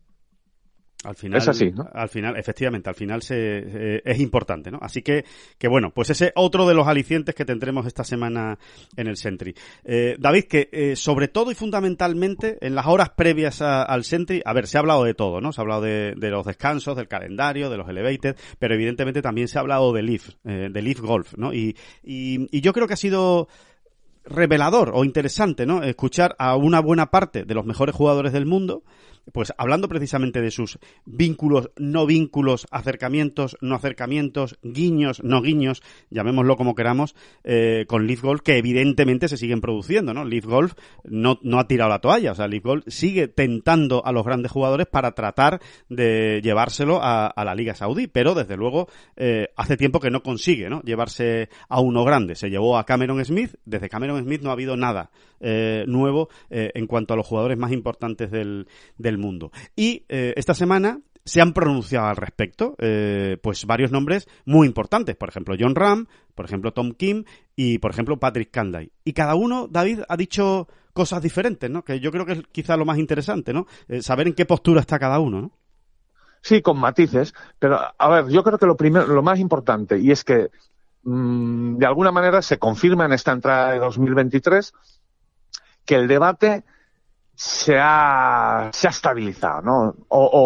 Al final, es así, ¿no? Al final, efectivamente, es importante, ¿no? Así que bueno, pues ese otro de los alicientes que tendremos esta semana en el Sentry. David, que sobre todo y fundamentalmente en las horas previas al Sentry, a ver, se ha hablado de todo, ¿no? Se ha hablado de los descansos, del calendario, de los elevated, pero evidentemente también se ha hablado de Leaf Golf, ¿no? Y yo creo que ha sido revelador o interesante, ¿no?, escuchar a una buena parte de los mejores jugadores del mundo pues hablando precisamente de sus vínculos, no vínculos, acercamientos, no acercamientos, guiños, no guiños, llamémoslo como queramos, con Leaf Golf, que evidentemente se siguen produciendo, ¿no? Leaf Golf no ha tirado la toalla, o sea, Leaf Golf sigue tentando a los grandes jugadores para tratar de llevárselo a la Liga Saudí, pero desde luego hace tiempo que no consigue, ¿no?, llevarse a uno grande. Se llevó a Cameron Smith, desde Cameron Smith no ha habido nada nuevo en cuanto a los jugadores más importantes del mundo. Y esta semana se han pronunciado al respecto pues varios nombres muy importantes, por ejemplo Jon Rahm, por ejemplo Tom Kim y por ejemplo Patrick Cantlay. Y cada uno, David, ha dicho cosas diferentes, ¿no?, que yo creo que es quizá lo más interesante, ¿no?, saber en qué postura está cada uno, ¿no? Sí, con matices, pero a ver, yo creo que lo más importante, y es que de alguna manera se confirma en esta entrada de 2023 que el debate se ha estabilizado, ¿no?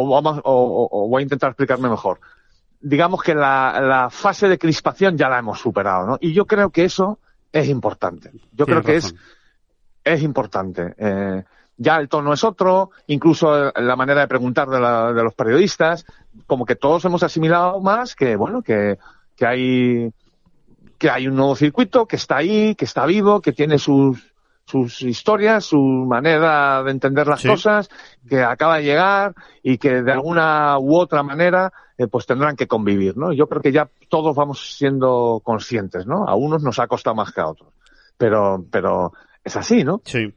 O voy a intentar explicarme mejor. Digamos que la fase de crispación ya la hemos superado, ¿no? Y yo creo que eso es importante. Yo creo que es importante. Ya el tono es otro, incluso la manera de preguntar de los periodistas, como que todos hemos asimilado más que, bueno, que hay un nuevo circuito, que está ahí, que está vivo, que tiene sus historias, su manera de entender las cosas, que acaba de llegar y que de alguna u otra manera pues tendrán que convivir, ¿no? Yo creo que ya todos vamos siendo conscientes, ¿no? A unos nos ha costado más que a otros, pero es así, ¿no? Sí.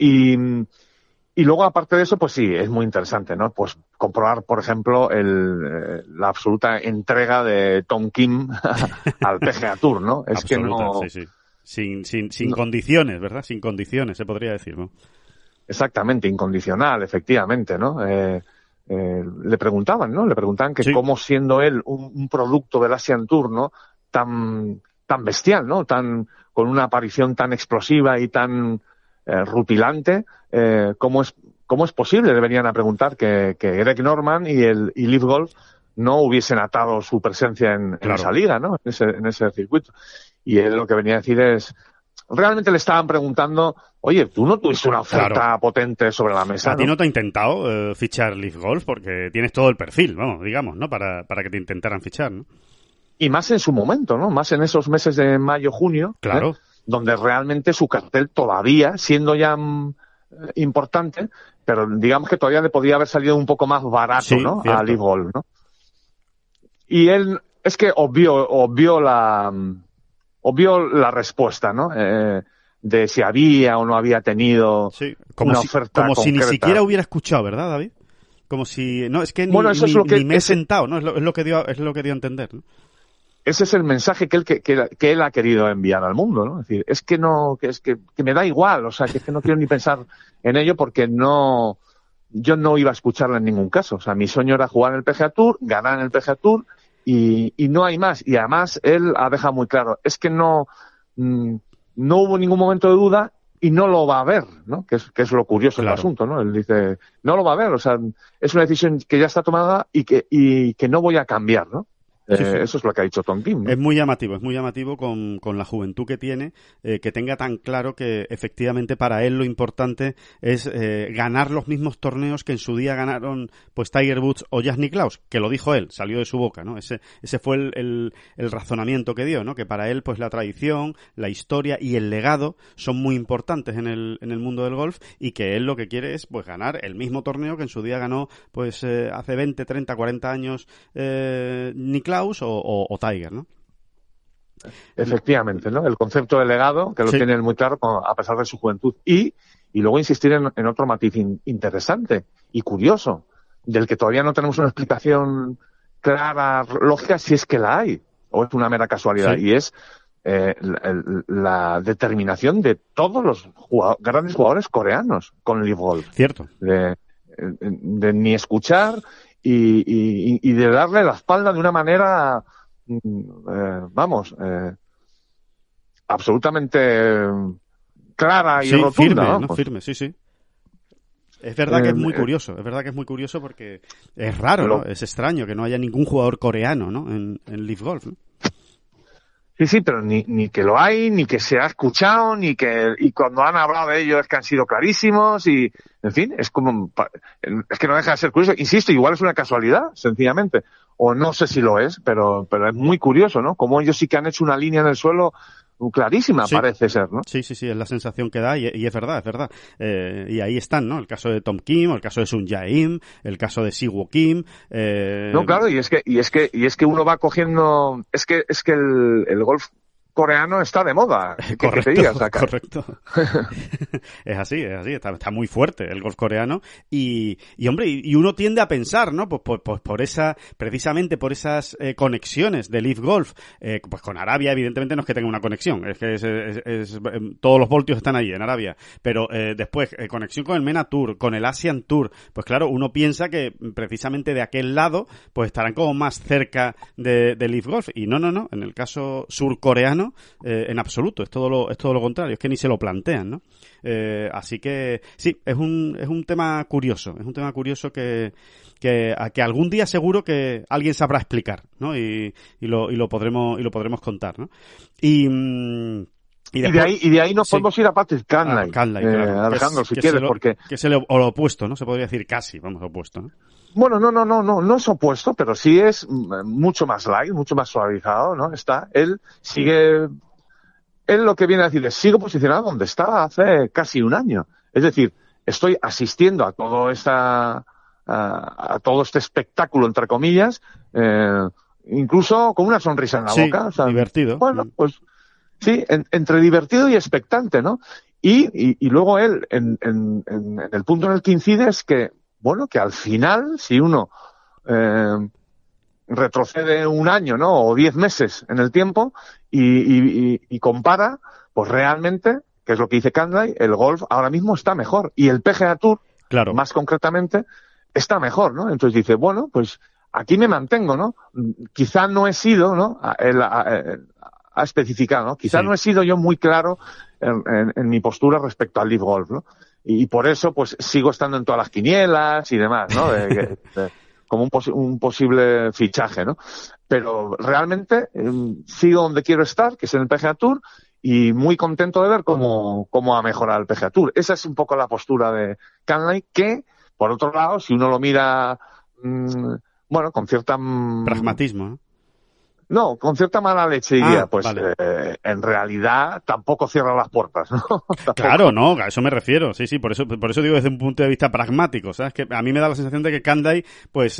Y luego, aparte de eso, pues sí, es muy interesante, ¿no? Pues comprobar, por ejemplo, la absoluta entrega de Tom Kim al PGA Tour, ¿no? Es absoluta, que no... Sí. Sin condiciones, ¿verdad? Sin condiciones, se podría decir, ¿no? Exactamente, incondicional, efectivamente, ¿no? Le preguntaban, ¿no? Le preguntaban que cómo siendo él un producto del Asian Tour, ¿no? Tan bestial, ¿no? Con una aparición tan explosiva y tan rutilante, ¿cómo es posible? Le venían a preguntar que Greg Norman y Leaf Golf no hubiesen atado su presencia en esa liga, ¿no? En ese circuito. Y él lo que venía a decir es, realmente le estaban preguntando, oye, ¿tú no tuviste una oferta potente sobre la mesa? A ti no te ha intentado fichar Leaf Golf porque tienes todo el perfil, vamos, digamos, ¿no? Para que te intentaran fichar, ¿no? Y más en su momento, ¿no? Más en esos meses de mayo, junio. Claro. Donde realmente su cartel todavía, siendo ya importante, pero digamos que todavía le podía haber salido un poco más barato, ¿no? Cierto. A Leaf Golf, ¿no? Y él es que obvió la respuesta, ¿no? De si había o no había tenido una oferta como concreta. Si ni siquiera hubiera escuchado, ¿verdad, David? Como si... No, es que ni me he sentado, ¿no? Es lo que dio a entender, ¿no? Ese es el mensaje que él ha querido enviar al mundo, ¿no? Es decir, es que me da igual, o sea, que es que no quiero ni pensar en ello porque yo no iba a escucharla en ningún caso. O sea, mi sueño era jugar en el PGA Tour, ganar en el PGA Tour y no hay más. Y además él ha dejado muy claro, es que no hubo ningún momento de duda y no lo va a haber, ¿no? Que es lo curioso del asunto, ¿no? Él dice, no lo va a haber, o sea, es una decisión que ya está tomada y que no voy a cambiar, ¿no? Eso es lo que ha dicho Tom Kim, ¿no? Es muy llamativo con la juventud que tiene, que tenga tan claro que efectivamente para él lo importante es ganar los mismos torneos que en su día ganaron pues Tiger Woods o Jack Nicklaus, que lo dijo él, salió de su boca, ¿no? Ese fue el razonamiento que dio, ¿no? Que para él pues la tradición, la historia y el legado son muy importantes en el mundo del golf y que él lo que quiere es pues ganar el mismo torneo que en su día ganó pues hace 20, 30, 40 años Nicklaus o Tiger, ¿no? Efectivamente, ¿no? El concepto de legado, que lo tiene él muy claro a pesar de su juventud. Y luego insistir en otro matiz interesante y curioso, del que todavía no tenemos una explicación clara, lógica, si es que la hay, o es una mera casualidad, y es la determinación de todos los grandes jugadores coreanos con el Leaf Golf. Cierto. De ni escuchar y de darle la espalda de una manera, absolutamente clara y rotunda. Firme, ¿no? ¿no? Firme, sí. Es verdad que es muy curioso porque es raro, ¿no? Es extraño que no haya ningún jugador coreano, ¿no? En Leaf Golf, ¿no? Sí, pero ni que lo hay, ni que se ha escuchado, y cuando han hablado de ello es que han sido clarísimos y, en fin, es que no deja de ser curioso. Insisto, igual es una casualidad, sencillamente, o no sé si lo es, pero es muy curioso, ¿no? Como ellos sí que han hecho una línea en el suelo clarísima, sí, parece ser, ¿no? Sí, es la sensación que da y es verdad, y ahí están, ¿no? El caso de Tom Kim, el caso de Sun Jae-im, el caso de Siwoo Kim. No, claro, y es que uno va cogiendo, es que el golf coreano está de moda. Correcto, te digas, correcto. Es así, está muy fuerte el golf coreano y hombre, y uno tiende a pensar, ¿no? Pues precisamente por esas conexiones de Leaf Golf, pues con Arabia evidentemente no es que tenga una conexión, es que todos los voltios están ahí en Arabia, pero después conexión con el MENA Tour, con el Asian Tour, pues claro, uno piensa que precisamente de aquel lado pues estarán como más cerca de Leaf Golf y no, en el caso surcoreano en absoluto, es todo lo contrario, es que ni se lo plantean, ¿no? Así que sí, es un tema curioso, que algún día seguro que alguien sabrá explicar, ¿no? Y lo podremos contar, ¿no? Y de ahí nos podemos ir a Patrick Cantlay, claro. Alejandro, si quieres, porque que es lo opuesto, ¿no? Se podría decir casi, opuesto, ¿no? Bueno, no es opuesto, pero sí es mucho más light, mucho más suavizado, ¿no? Él lo que viene a decir es, sigo posicionado donde estaba hace casi un año. Es decir, estoy asistiendo a todo este espectáculo, entre comillas, incluso con una sonrisa en la boca. O sea, divertido. Bueno, pues sí, entre divertido y expectante, ¿no? Y luego él, en el punto en el que incide es que, bueno, que al final, si uno retrocede un año, ¿no? O 10 meses en el tiempo y compara, pues realmente, que es lo que dice Cantlay, el golf ahora mismo está mejor. Y el PGA Tour, claro, más concretamente, está mejor, ¿no? Entonces dice, bueno, pues aquí me mantengo, ¿no? Quizá no he sido, ¿no? Ha especificado, ¿no? Quizá no he sido yo muy claro en mi postura respecto al Leaf Golf, ¿no? Y por eso, pues, sigo estando en todas las quinielas y demás, ¿no? Como un posible fichaje, ¿no? Pero realmente sigo donde quiero estar, que es en el PGA Tour, y muy contento de ver cómo ha mejorado el PGA Tour. Esa es un poco la postura de Cantlay, que, por otro lado, si uno lo mira, bueno, con cierta pragmatismo, ¿no? No, con cierta mala leche diría, vale. En realidad tampoco cierra las puertas, ¿no? Claro, no, a eso me refiero, sí, por eso digo desde un punto de vista pragmático, ¿sabes? Que a mí me da la sensación de que Cantlay, pues,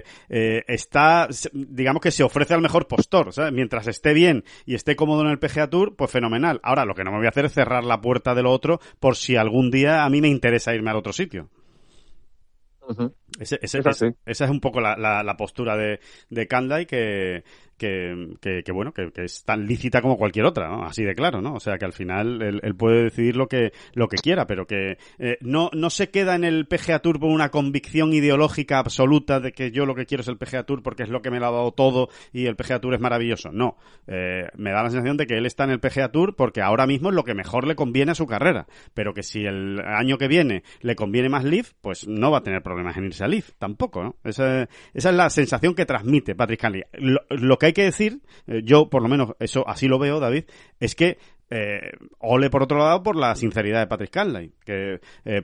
está, digamos que se ofrece al mejor postor, ¿sabes? Mientras esté bien y esté cómodo en el PGA Tour, pues fenomenal. Ahora, lo que no me voy a hacer es cerrar la puerta de lo otro por si algún día a mí me interesa irme al otro sitio. Uh-huh. Esa es un poco la postura de Cantlay que bueno, que es tan lícita como cualquier otra, ¿no? Así de claro, ¿no? O sea, que al final él puede decidir lo que quiera, pero que no se queda en el PGA Tour por una convicción ideológica absoluta de que yo lo que quiero es el PGA Tour porque es lo que me lo ha dado todo y el PGA Tour es maravilloso. No, me da la sensación de que él está en el PGA Tour porque ahora mismo es lo que mejor le conviene a su carrera, pero que si el año que viene le conviene más Leaf, pues no va a tener problemas en irse a Leaf, tampoco, ¿no? Esa es la sensación que transmite Patrick Cantlay. Lo que hay que decir, yo por lo menos eso así lo veo, David, es que ole por otro lado por la sinceridad de Patrick Cantlay, que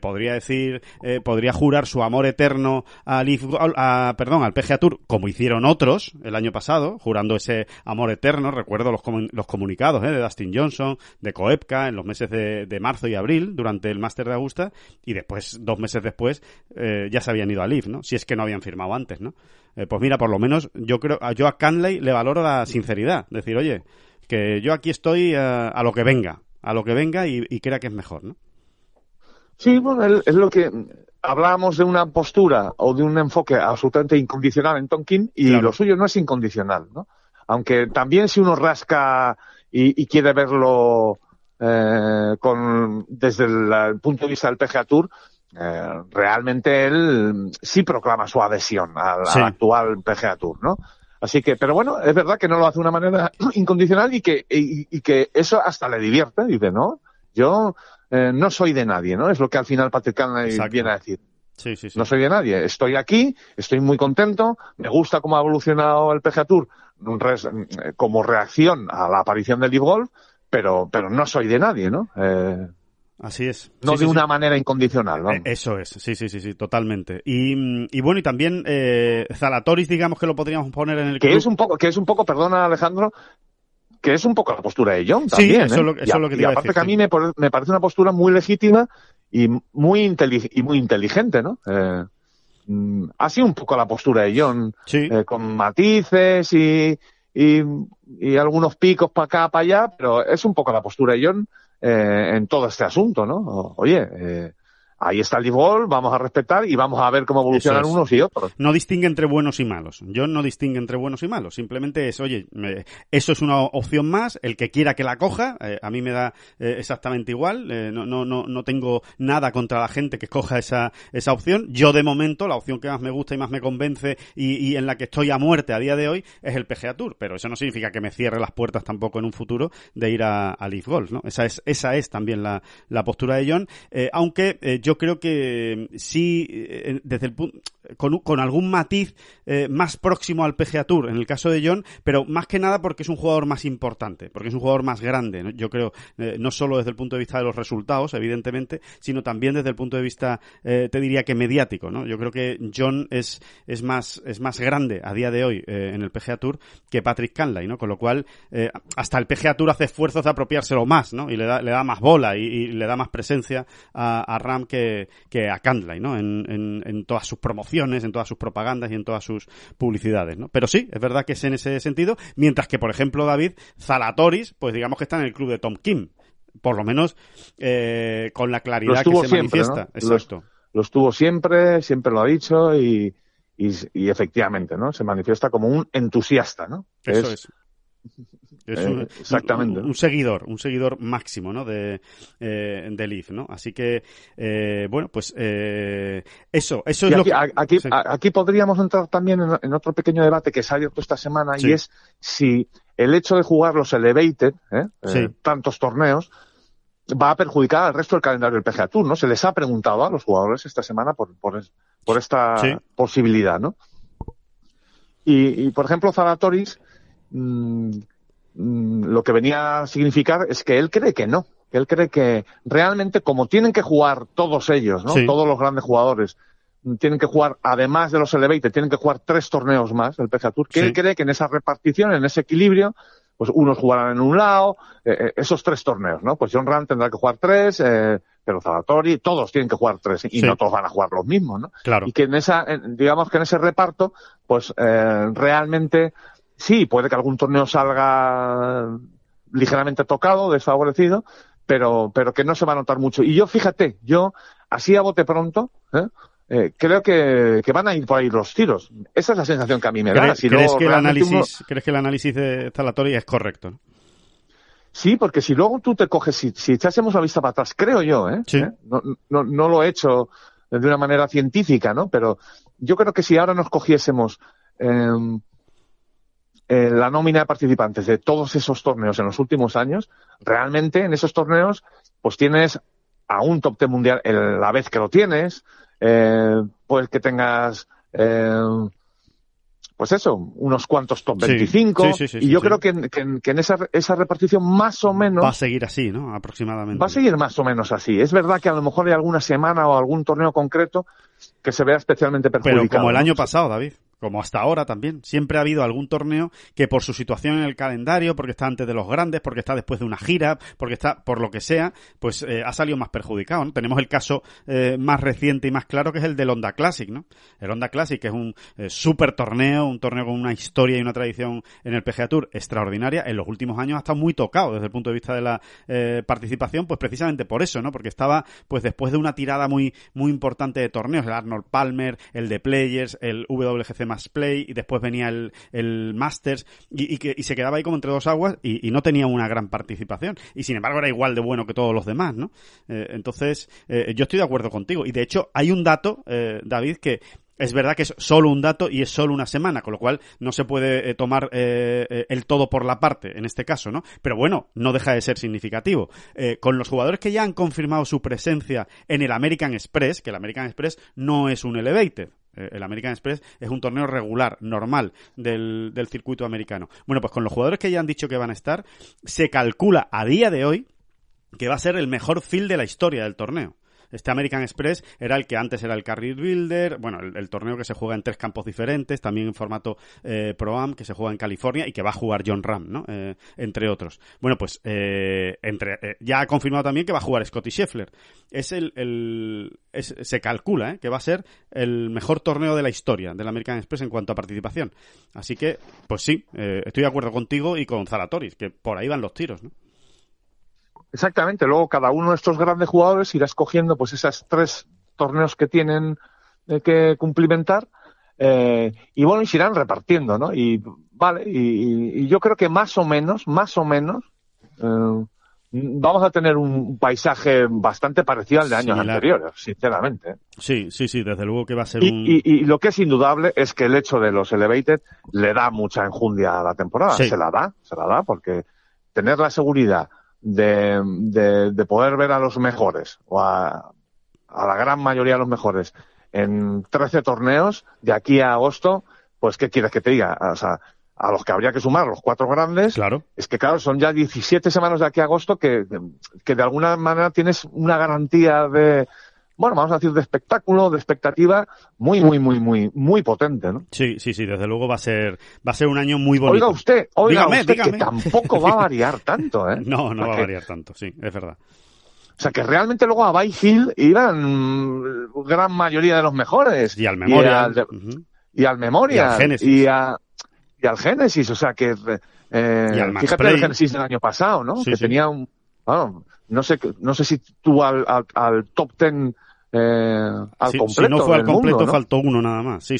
podría jurar su amor eterno al PGA Tour, como hicieron otros el año pasado, jurando ese amor eterno. Recuerdo los comunicados de Dustin Johnson, de Koepka, en los meses de marzo y abril, durante el Máster de Augusta, y después, 2 meses después, ya se habían ido a Leaf, ¿no? Si es que no habían firmado antes, ¿no? Pues mira, por lo menos yo a Cantlay le valoro la sinceridad, decir, oye, que yo aquí estoy a lo que venga y crea que es mejor, ¿no? Sí, bueno, es lo que hablábamos de una postura o de un enfoque absolutamente incondicional en Tom Kim, y claro, lo suyo no es incondicional, ¿no? Aunque también si uno rasca y quiere verlo desde el punto de vista del PGA Tour, realmente él sí proclama su adhesión al actual PGA Tour, ¿no? Así que, pero bueno, es verdad que no lo hace de una manera incondicional y que eso hasta le divierte. Dice, no, yo no soy de nadie, ¿no? Es lo que al final Patrick Cantlay viene a decir. Sí. No soy de nadie. Estoy aquí, estoy muy contento, me gusta cómo ha evolucionado el PGA Tour como reacción a la aparición del Live Golf, pero no soy de nadie, ¿no? Así es. No de una manera incondicional, ¿no? Eso es, sí, totalmente. Y bueno, y también Zalatoris, digamos que lo podríamos poner en el que club. es un poco, perdona Alejandro, que es un poco la postura de John también. Sí, eso es lo que te iba a decir. Aparte que a mí me parece una postura muy legítima y muy inteligente, ¿no? Ha sido un poco la postura de John, con matices y algunos picos para acá, para allá, pero es un poco la postura de John en todo este asunto, ¿no? Oye, ahí está el Live Golf, vamos a respetar y vamos a ver cómo evolucionan unos y otros. No distingue entre buenos y malos. John no distingue entre buenos y malos. Simplemente es, oye, eso es una opción más. El que quiera que la coja, a mí me da exactamente igual. No tengo nada contra la gente que coja esa opción. Yo, de momento, la opción que más me gusta y más me convence y en la que estoy a muerte a día de hoy es el PGA Tour. Pero eso no significa que me cierre las puertas tampoco en un futuro de ir a Live Golf, ¿no? Esa es también la postura de John. Aunque yo creo que sí, desde el punto, con algún matiz más próximo al PGA Tour en el caso de John, pero más que nada porque es un jugador más importante, porque es un jugador más grande, ¿no? Yo creo, no solo desde el punto de vista de los resultados, evidentemente, sino también desde el punto de vista, te diría que mediático, ¿no? Yo creo que John es más grande a día de hoy en el PGA Tour que Patrick Cantlay, ¿no? Con lo cual, hasta el PGA Tour hace esfuerzos de apropiárselo más, ¿no? Y le da más bola y le da más presencia a Rahm que a Cantlay, ¿no? En todas sus promociones, en todas sus propagandas y en todas sus publicidades, ¿no? Pero sí, es verdad que es en ese sentido, mientras que, por ejemplo, David, Zalatoris, pues digamos que está en el club de Tom Kim, por lo menos con la claridad que se siempre, manifiesta. ¿no? Exacto. Lo estuvo siempre lo ha dicho y efectivamente, ¿no? Se manifiesta como un entusiasta, ¿no? Eso es. Es exactamente. Un seguidor máximo, ¿no? De Leaf, ¿no? Así que, bueno, pues eso es lo que... Sí. Aquí podríamos entrar también en otro pequeño debate que se ha abierto esta semana, y es si el hecho de jugar los Elevated, tantos torneos, va a perjudicar al resto del calendario del PGA Tour, ¿no? Se les ha preguntado a los jugadores esta semana por esta posibilidad, ¿no? Y por ejemplo, Zalatoris, lo que venía a significar es que él cree que no, que él cree que realmente, como tienen que jugar todos ellos, ¿no? Todos los grandes jugadores tienen que jugar, además de los Elevated, tienen que jugar 3 torneos más del PGA Tour, que él cree que en esa repartición, en ese equilibrio, pues unos jugarán en un lado, esos 3 torneos, ¿no? Pues John Rahm tendrá que jugar 3, pero Zalatori, todos tienen que jugar 3 y no todos van a jugar los mismos, ¿no? Claro. Y que digamos que en ese reparto, pues realmente sí, puede que algún torneo salga ligeramente tocado, desfavorecido, pero que no se va a notar mucho. Y yo, fíjate, así a bote pronto, creo que van a ir por ahí los tiros. Esa es la sensación que a mí me da. ¿Crees que el análisis de Zalatori es correcto, ¿no? Sí, porque si luego tú te coges, si echásemos la vista para atrás, creo yo, no lo he hecho de una manera científica, ¿no? Pero yo creo que si ahora nos cogiésemos la nómina de participantes de todos esos torneos en los últimos años, realmente en esos torneos pues tienes a un top 10 mundial la vez que lo tienes, pues que tengas pues eso, unos cuantos top 25, y yo creo que en esa repartición más o menos va a seguir así, ¿no? Aproximadamente. Va a seguir más o menos así. Es verdad que a lo mejor hay alguna semana o algún torneo concreto que se vea especialmente perjudicado. Pero como el año pasado, David. Como hasta ahora también. Siempre ha habido algún torneo que por su situación en el calendario, porque está antes de los grandes, porque está después de una gira, porque está por lo que sea, pues ha salido más perjudicado, ¿no? Tenemos el caso más reciente y más claro, que es el del Honda Classic, ¿no? El Honda Classic, que es un súper torneo, un torneo con una historia y una tradición en el PGA Tour extraordinaria. En los últimos años ha estado muy tocado desde el punto de vista de la participación, pues precisamente por eso, ¿no? Porque estaba pues después de una tirada muy importante de torneos, el Arnold Palmer, el de Players, el WGC Match Play, y después venía el Masters, y se quedaba ahí como entre dos aguas y no tenía una gran participación, y sin embargo era igual de bueno que todos los demás, ¿no? Entonces yo estoy de acuerdo contigo, y de hecho hay un dato, David, que Es verdad que es solo un dato y es solo una semana, con lo cual no se puede tomar el todo por la parte en este caso, ¿no? Pero bueno, no deja de ser significativo. Con los jugadores que ya han confirmado su presencia en el American Express, que el American Express no es un Elevated. El American Express es un torneo regular, normal, del circuito americano. Bueno, pues con los jugadores que ya han dicho que van a estar, se calcula a día de hoy que va a ser el mejor field de la historia del torneo. Este American Express era el que antes era el Career Builder, bueno, el torneo que se juega en 3 campos diferentes, también en formato Pro-Am, que se juega en California y que va a jugar Jon Rahm, ¿no? Entre otros. Bueno, pues ya ha confirmado también que va a jugar Scottie Scheffler. Se calcula que va a ser el mejor torneo de la historia del American Express en cuanto a participación. Así que, pues sí, estoy de acuerdo contigo y con Zalatoris, que por ahí van los tiros, ¿no? Exactamente, luego cada uno de estos grandes jugadores irá escogiendo pues esas 3 torneos que tienen que cumplimentar y bueno, y se irán repartiendo, ¿no? Y vale, y yo creo que más o menos vamos a tener un paisaje bastante parecido al de años anteriores, sinceramente. Sí, desde luego que va a ser y lo que es indudable es que el hecho de los Elevated le da mucha enjundia a la temporada, sí. se la da porque tener la seguridad de poder ver a los mejores o a la gran mayoría de los mejores en 13 torneos de aquí a agosto, pues ¿qué quieres que te diga? O sea, a los que habría que sumar los 4 grandes, claro. Es que claro, son ya 17 semanas de aquí a agosto que de alguna manera tienes una garantía de, bueno, vamos a decir de espectáculo, de expectativa muy potente, ¿no? Sí, desde luego va a ser un año muy bonito. Dígame. Que tampoco va a variar tanto, ¿eh? No va a variar tanto, sí, es verdad. O sea, que realmente luego a Bay Hill iban gran mayoría de los mejores. Y al Memorial. Y al Memorial. Y al Genesis. Y al Genesis, o sea que fíjate el Genesis del año pasado, ¿no? Sí, que tenía no sé si tuvo al top 10 al completo. Si no fue al completo, mundo, ¿no? faltó uno nada más. Sí.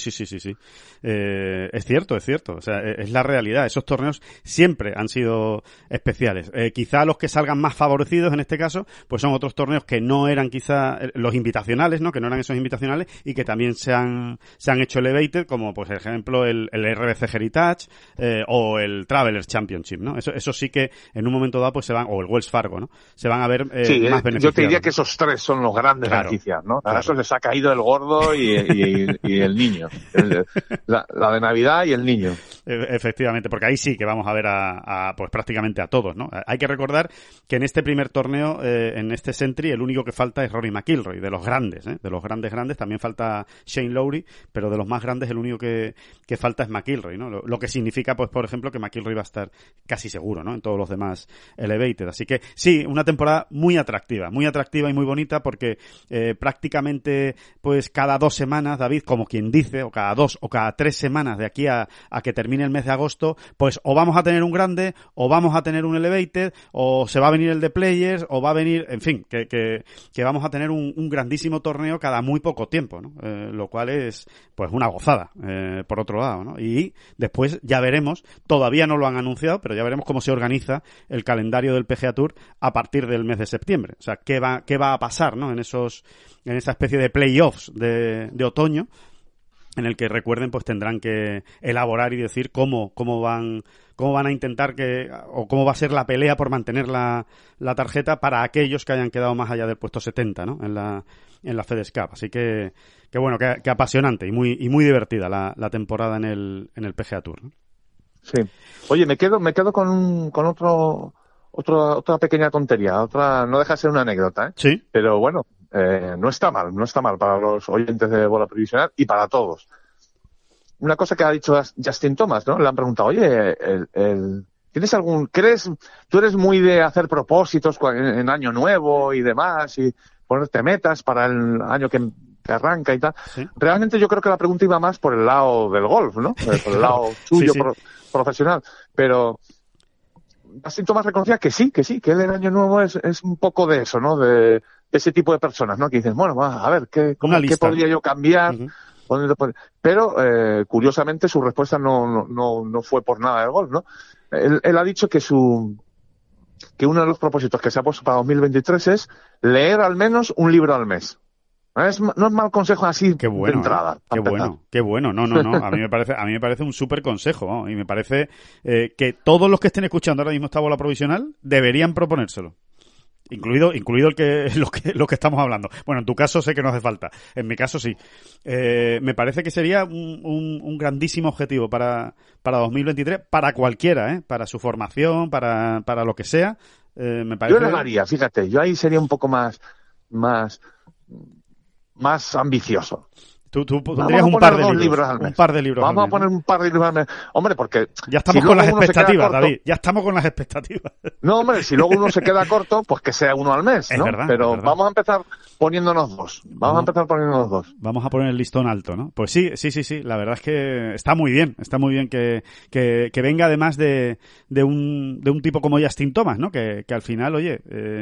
Es cierto. O sea, es la realidad. Esos torneos siempre han sido especiales. Quizá los que salgan más favorecidos en este caso, pues son otros torneos que no eran quizá los invitacionales, ¿no? Que no eran esos invitacionales y que también se han hecho elevated, como pues por ejemplo el RBC Heritage o el Travelers Championship, ¿no? Eso sí que en un momento dado pues se van, o el Wells Fargo, ¿no? Se van a ver más beneficiados. Yo te diría que esos 3 son los grandes franquicias, ¿no? A eso les ha caído el gordo y el niño. La de Navidad y el niño. Efectivamente, porque ahí sí que vamos a ver pues prácticamente a todos, ¿no? Hay que recordar que en este primer torneo, en este Sentry, el único que falta es Rory McIlroy, de los grandes, de los grandes, también falta Shane Lowry, pero de los más grandes el único que falta es McIlroy, ¿no? Lo que significa, pues por ejemplo, que McIlroy va a estar casi seguro, ¿no? En todos los demás Elevated. Así que sí, una temporada muy atractiva y muy bonita porque prácticamente pues cada 2 semanas, David, como quien dice, o cada 2 o cada 3 semanas de aquí a que termine el mes de agosto, pues o vamos a tener un grande, o vamos a tener un Elevated, o se va a venir el de Players, o va a venir, en fin, que vamos a tener un grandísimo torneo cada muy poco tiempo, ¿no? Lo cual es pues una gozada, por otro lado, ¿no? Y después ya veremos, todavía no lo han anunciado, pero ya veremos cómo se organiza el calendario del PGA Tour a partir del mes de septiembre. O sea, qué va a pasar, ¿no? En esa especie de playoffs de otoño, en el que, recuerden, pues tendrán que elaborar y decir cómo van a intentar o cómo va a ser la pelea por mantener la tarjeta para aquellos que hayan quedado más allá del puesto 70, ¿no? En la FedEx Cup. Así que bueno, que apasionante y muy divertida la temporada en el PGA Tour, ¿no? Sí. Oye, me quedo con otra pequeña tontería, no deja de ser una anécdota, ¿eh? Sí. Pero bueno, no está mal para los oyentes de Bola Provisional y para todos. Una cosa que ha dicho Justin Thomas, ¿no? Le han preguntado, oye, ¿tienes tú eres muy de hacer propósitos en año nuevo y demás y ponerte metas para el año que arranca y tal? ¿Sí? Realmente yo creo que la pregunta iba más por el lado del golf, ¿no? Por el lado suyo sí. Profesional. Pero Justin Thomas reconocía que él en año nuevo es un poco de eso, ¿no? De ese tipo de personas, ¿no? Que dices, bueno, a ver, ¿qué podría yo cambiar? Uh-huh. Pero, curiosamente, su respuesta no fue por nada del golf, ¿no? Él ha dicho que uno de los propósitos que se ha puesto para 2023 es leer al menos un libro al mes. No es mal consejo así qué bueno, de entrada. Qué bueno. No. A mí me parece un súper consejo, ¿no? Y me parece que todos los que estén escuchando ahora mismo esta bola provisional deberían proponérselo. Incluido lo que estamos hablando. Bueno, en tu caso sé que no hace falta. En mi caso sí. Me parece que sería un grandísimo objetivo para 2023, para cualquiera, para su formación, para lo que sea. Me parece... Yo lo haría, fíjate, yo ahí sería un poco más ambicioso. Tú pondrías un par de libros al mes. Vamos a poner un par de libros al mes. Hombre, porque... Ya estamos con las expectativas, David. Ya estamos con las expectativas. No, hombre, si luego uno se queda corto, pues que sea uno al mes, ¿no? Es verdad, pero vamos a empezar poniéndonos dos. Vamos a poner el listón alto, ¿no? Pues sí. La verdad es que está muy bien que venga además de un tipo como Justin Thomas, ¿no? Que al final, oye,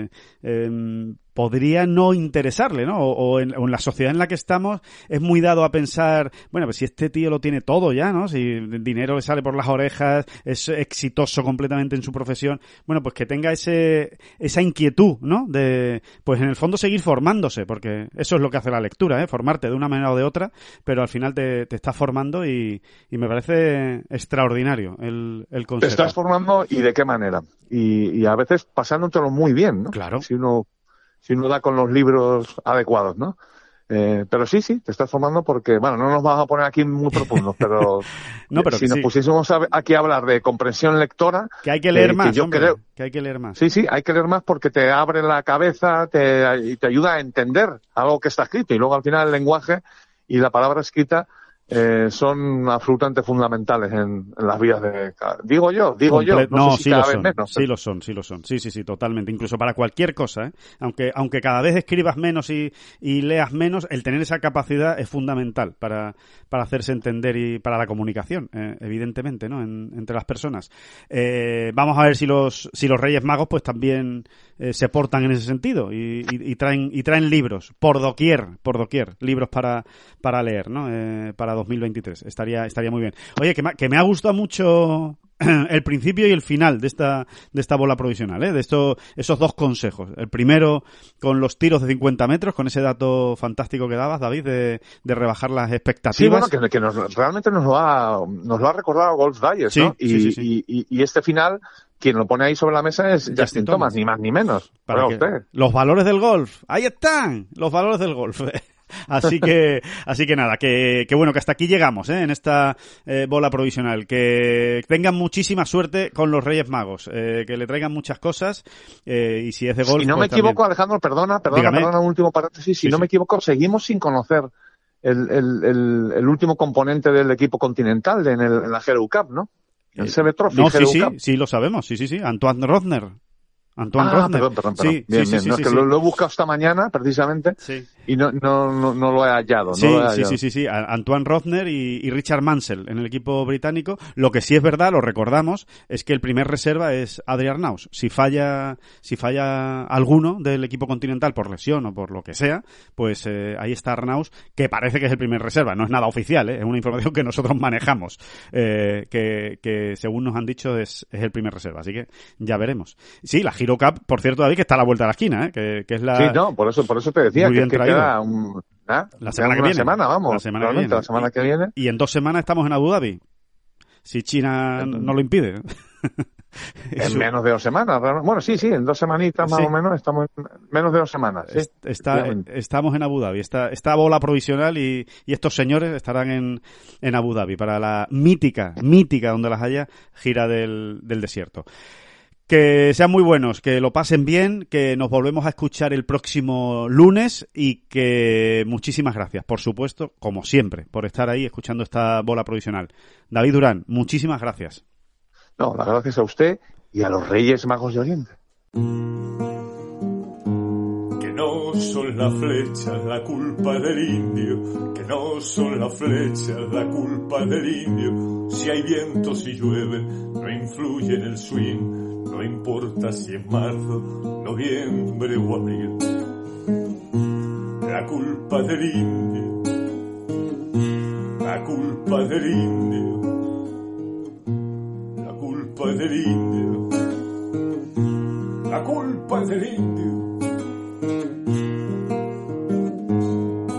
podría no interesarle, ¿no? O en la sociedad en la que estamos es muy dado a pensar, bueno, pues si este tío lo tiene todo ya, ¿no? Si el dinero le sale por las orejas, es exitoso completamente en su profesión, bueno, pues que tenga esa inquietud, ¿no? De, pues en el fondo seguir formándose, porque eso es lo que hace la lectura, formarte de una manera o de otra, pero al final te está formando y me parece extraordinario el consejo. Te estás formando y de qué manera. Y a veces pasándotelo muy bien, ¿no? Claro. Si uno da con los libros adecuados, ¿no? Pero sí, te estás formando porque, bueno, no nos vamos a poner aquí muy profundos, pero, si nos pusiésemos aquí a hablar de comprensión lectora... Que hay que leer más, que hay que leer más. Sí, hay que leer más porque te abre la cabeza y te ayuda a entender algo que está escrito. Y luego al final el lenguaje y la palabra escrita son absolutamente fundamentales en las vidas de... Digo yo, no sé si cada vez menos. Sí lo son. Sí, totalmente. Incluso para cualquier cosa, aunque cada vez escribas menos y leas menos, el tener esa capacidad es fundamental para hacerse entender y para la comunicación, evidentemente, ¿no? Entre las personas. Vamos a ver si los Reyes Magos pues también se portan en ese sentido y traen libros por doquier, libros para leer, ¿no? Para 2023. Estaría muy bien. Oye, que me ha gustado mucho el principio y el final de esta bola provisional, de esos dos consejos. El primero con los tiros de 50 metros, con ese dato fantástico que dabas, David, de rebajar las expectativas. Sí, bueno, que realmente nos lo ha recordado Golf Digest, ¿no? Y este final, quien lo pone ahí sobre la mesa es Justin Thomas, ni más ni menos. Para usted. Los valores del golf. Ahí están, los valores del golf. Así que nada, que bueno, que hasta aquí llegamos, en esta bola provisional. Que tengan muchísima suerte con los Reyes Magos, que le traigan muchas cosas, y si es de golf... Si no pues me equivoco, también. Alejandro, perdona, un último paréntesis. Si no me equivoco, seguimos sin conocer el último componente del equipo continental en la Hero Cup, ¿no? El CB Trophy. No, sí, lo sabemos, sí. Antoine Rosner. Perdón. Sí, bien. Es que lo he buscado esta mañana, precisamente, y no lo he hallado. Sí. Antoine Rosner y Richard Mansell en el equipo británico. Lo que sí es verdad, lo recordamos, es que el primer reserva es Adrian Arnaus. Si falla alguno del equipo continental por lesión o por lo que sea, pues ahí está Arnaus, que parece que es el primer reserva. No es nada oficial, es una información que nosotros manejamos, que según nos han dicho es el primer reserva. Así que ya veremos. Sí, la Hero Cup, por cierto, David, que está a la vuelta de la esquina, que es la... Sí, no, por eso te decía que queda la semana que viene. La semana que viene. Y en 2 semanas estamos en Abu Dhabi, si China no lo impide. En menos de 2 semanas. Bueno, sí, en 2 semanitas más o menos, estamos en menos de 2 semanas. Sí, estamos en Abu Dhabi. Esta bola provisional y estos señores estarán en Abu Dhabi para la mítica, donde las haya, gira del desierto. Que sean muy buenos, que lo pasen bien, que nos volvemos a escuchar el próximo lunes y que muchísimas gracias, por supuesto, como siempre, por estar ahí escuchando esta bola provisional. David Durán, muchísimas gracias. No, las gracias a usted y a los Reyes Magos de Oriente. Que no son las flechas la culpa del indio, que no son las flechas la culpa del indio. Si hay viento, si llueve, no influye en el swing. No importa si es marzo, noviembre o abril. La culpa del indio, la culpa del indio, la culpa del indio, la culpa del indio.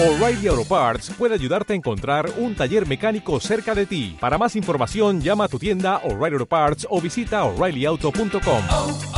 O'Reilly Auto Parts puede ayudarte a encontrar un taller mecánico cerca de ti. Para más información, llama a tu tienda O'Reilly Auto Parts o visita O'ReillyAuto.com.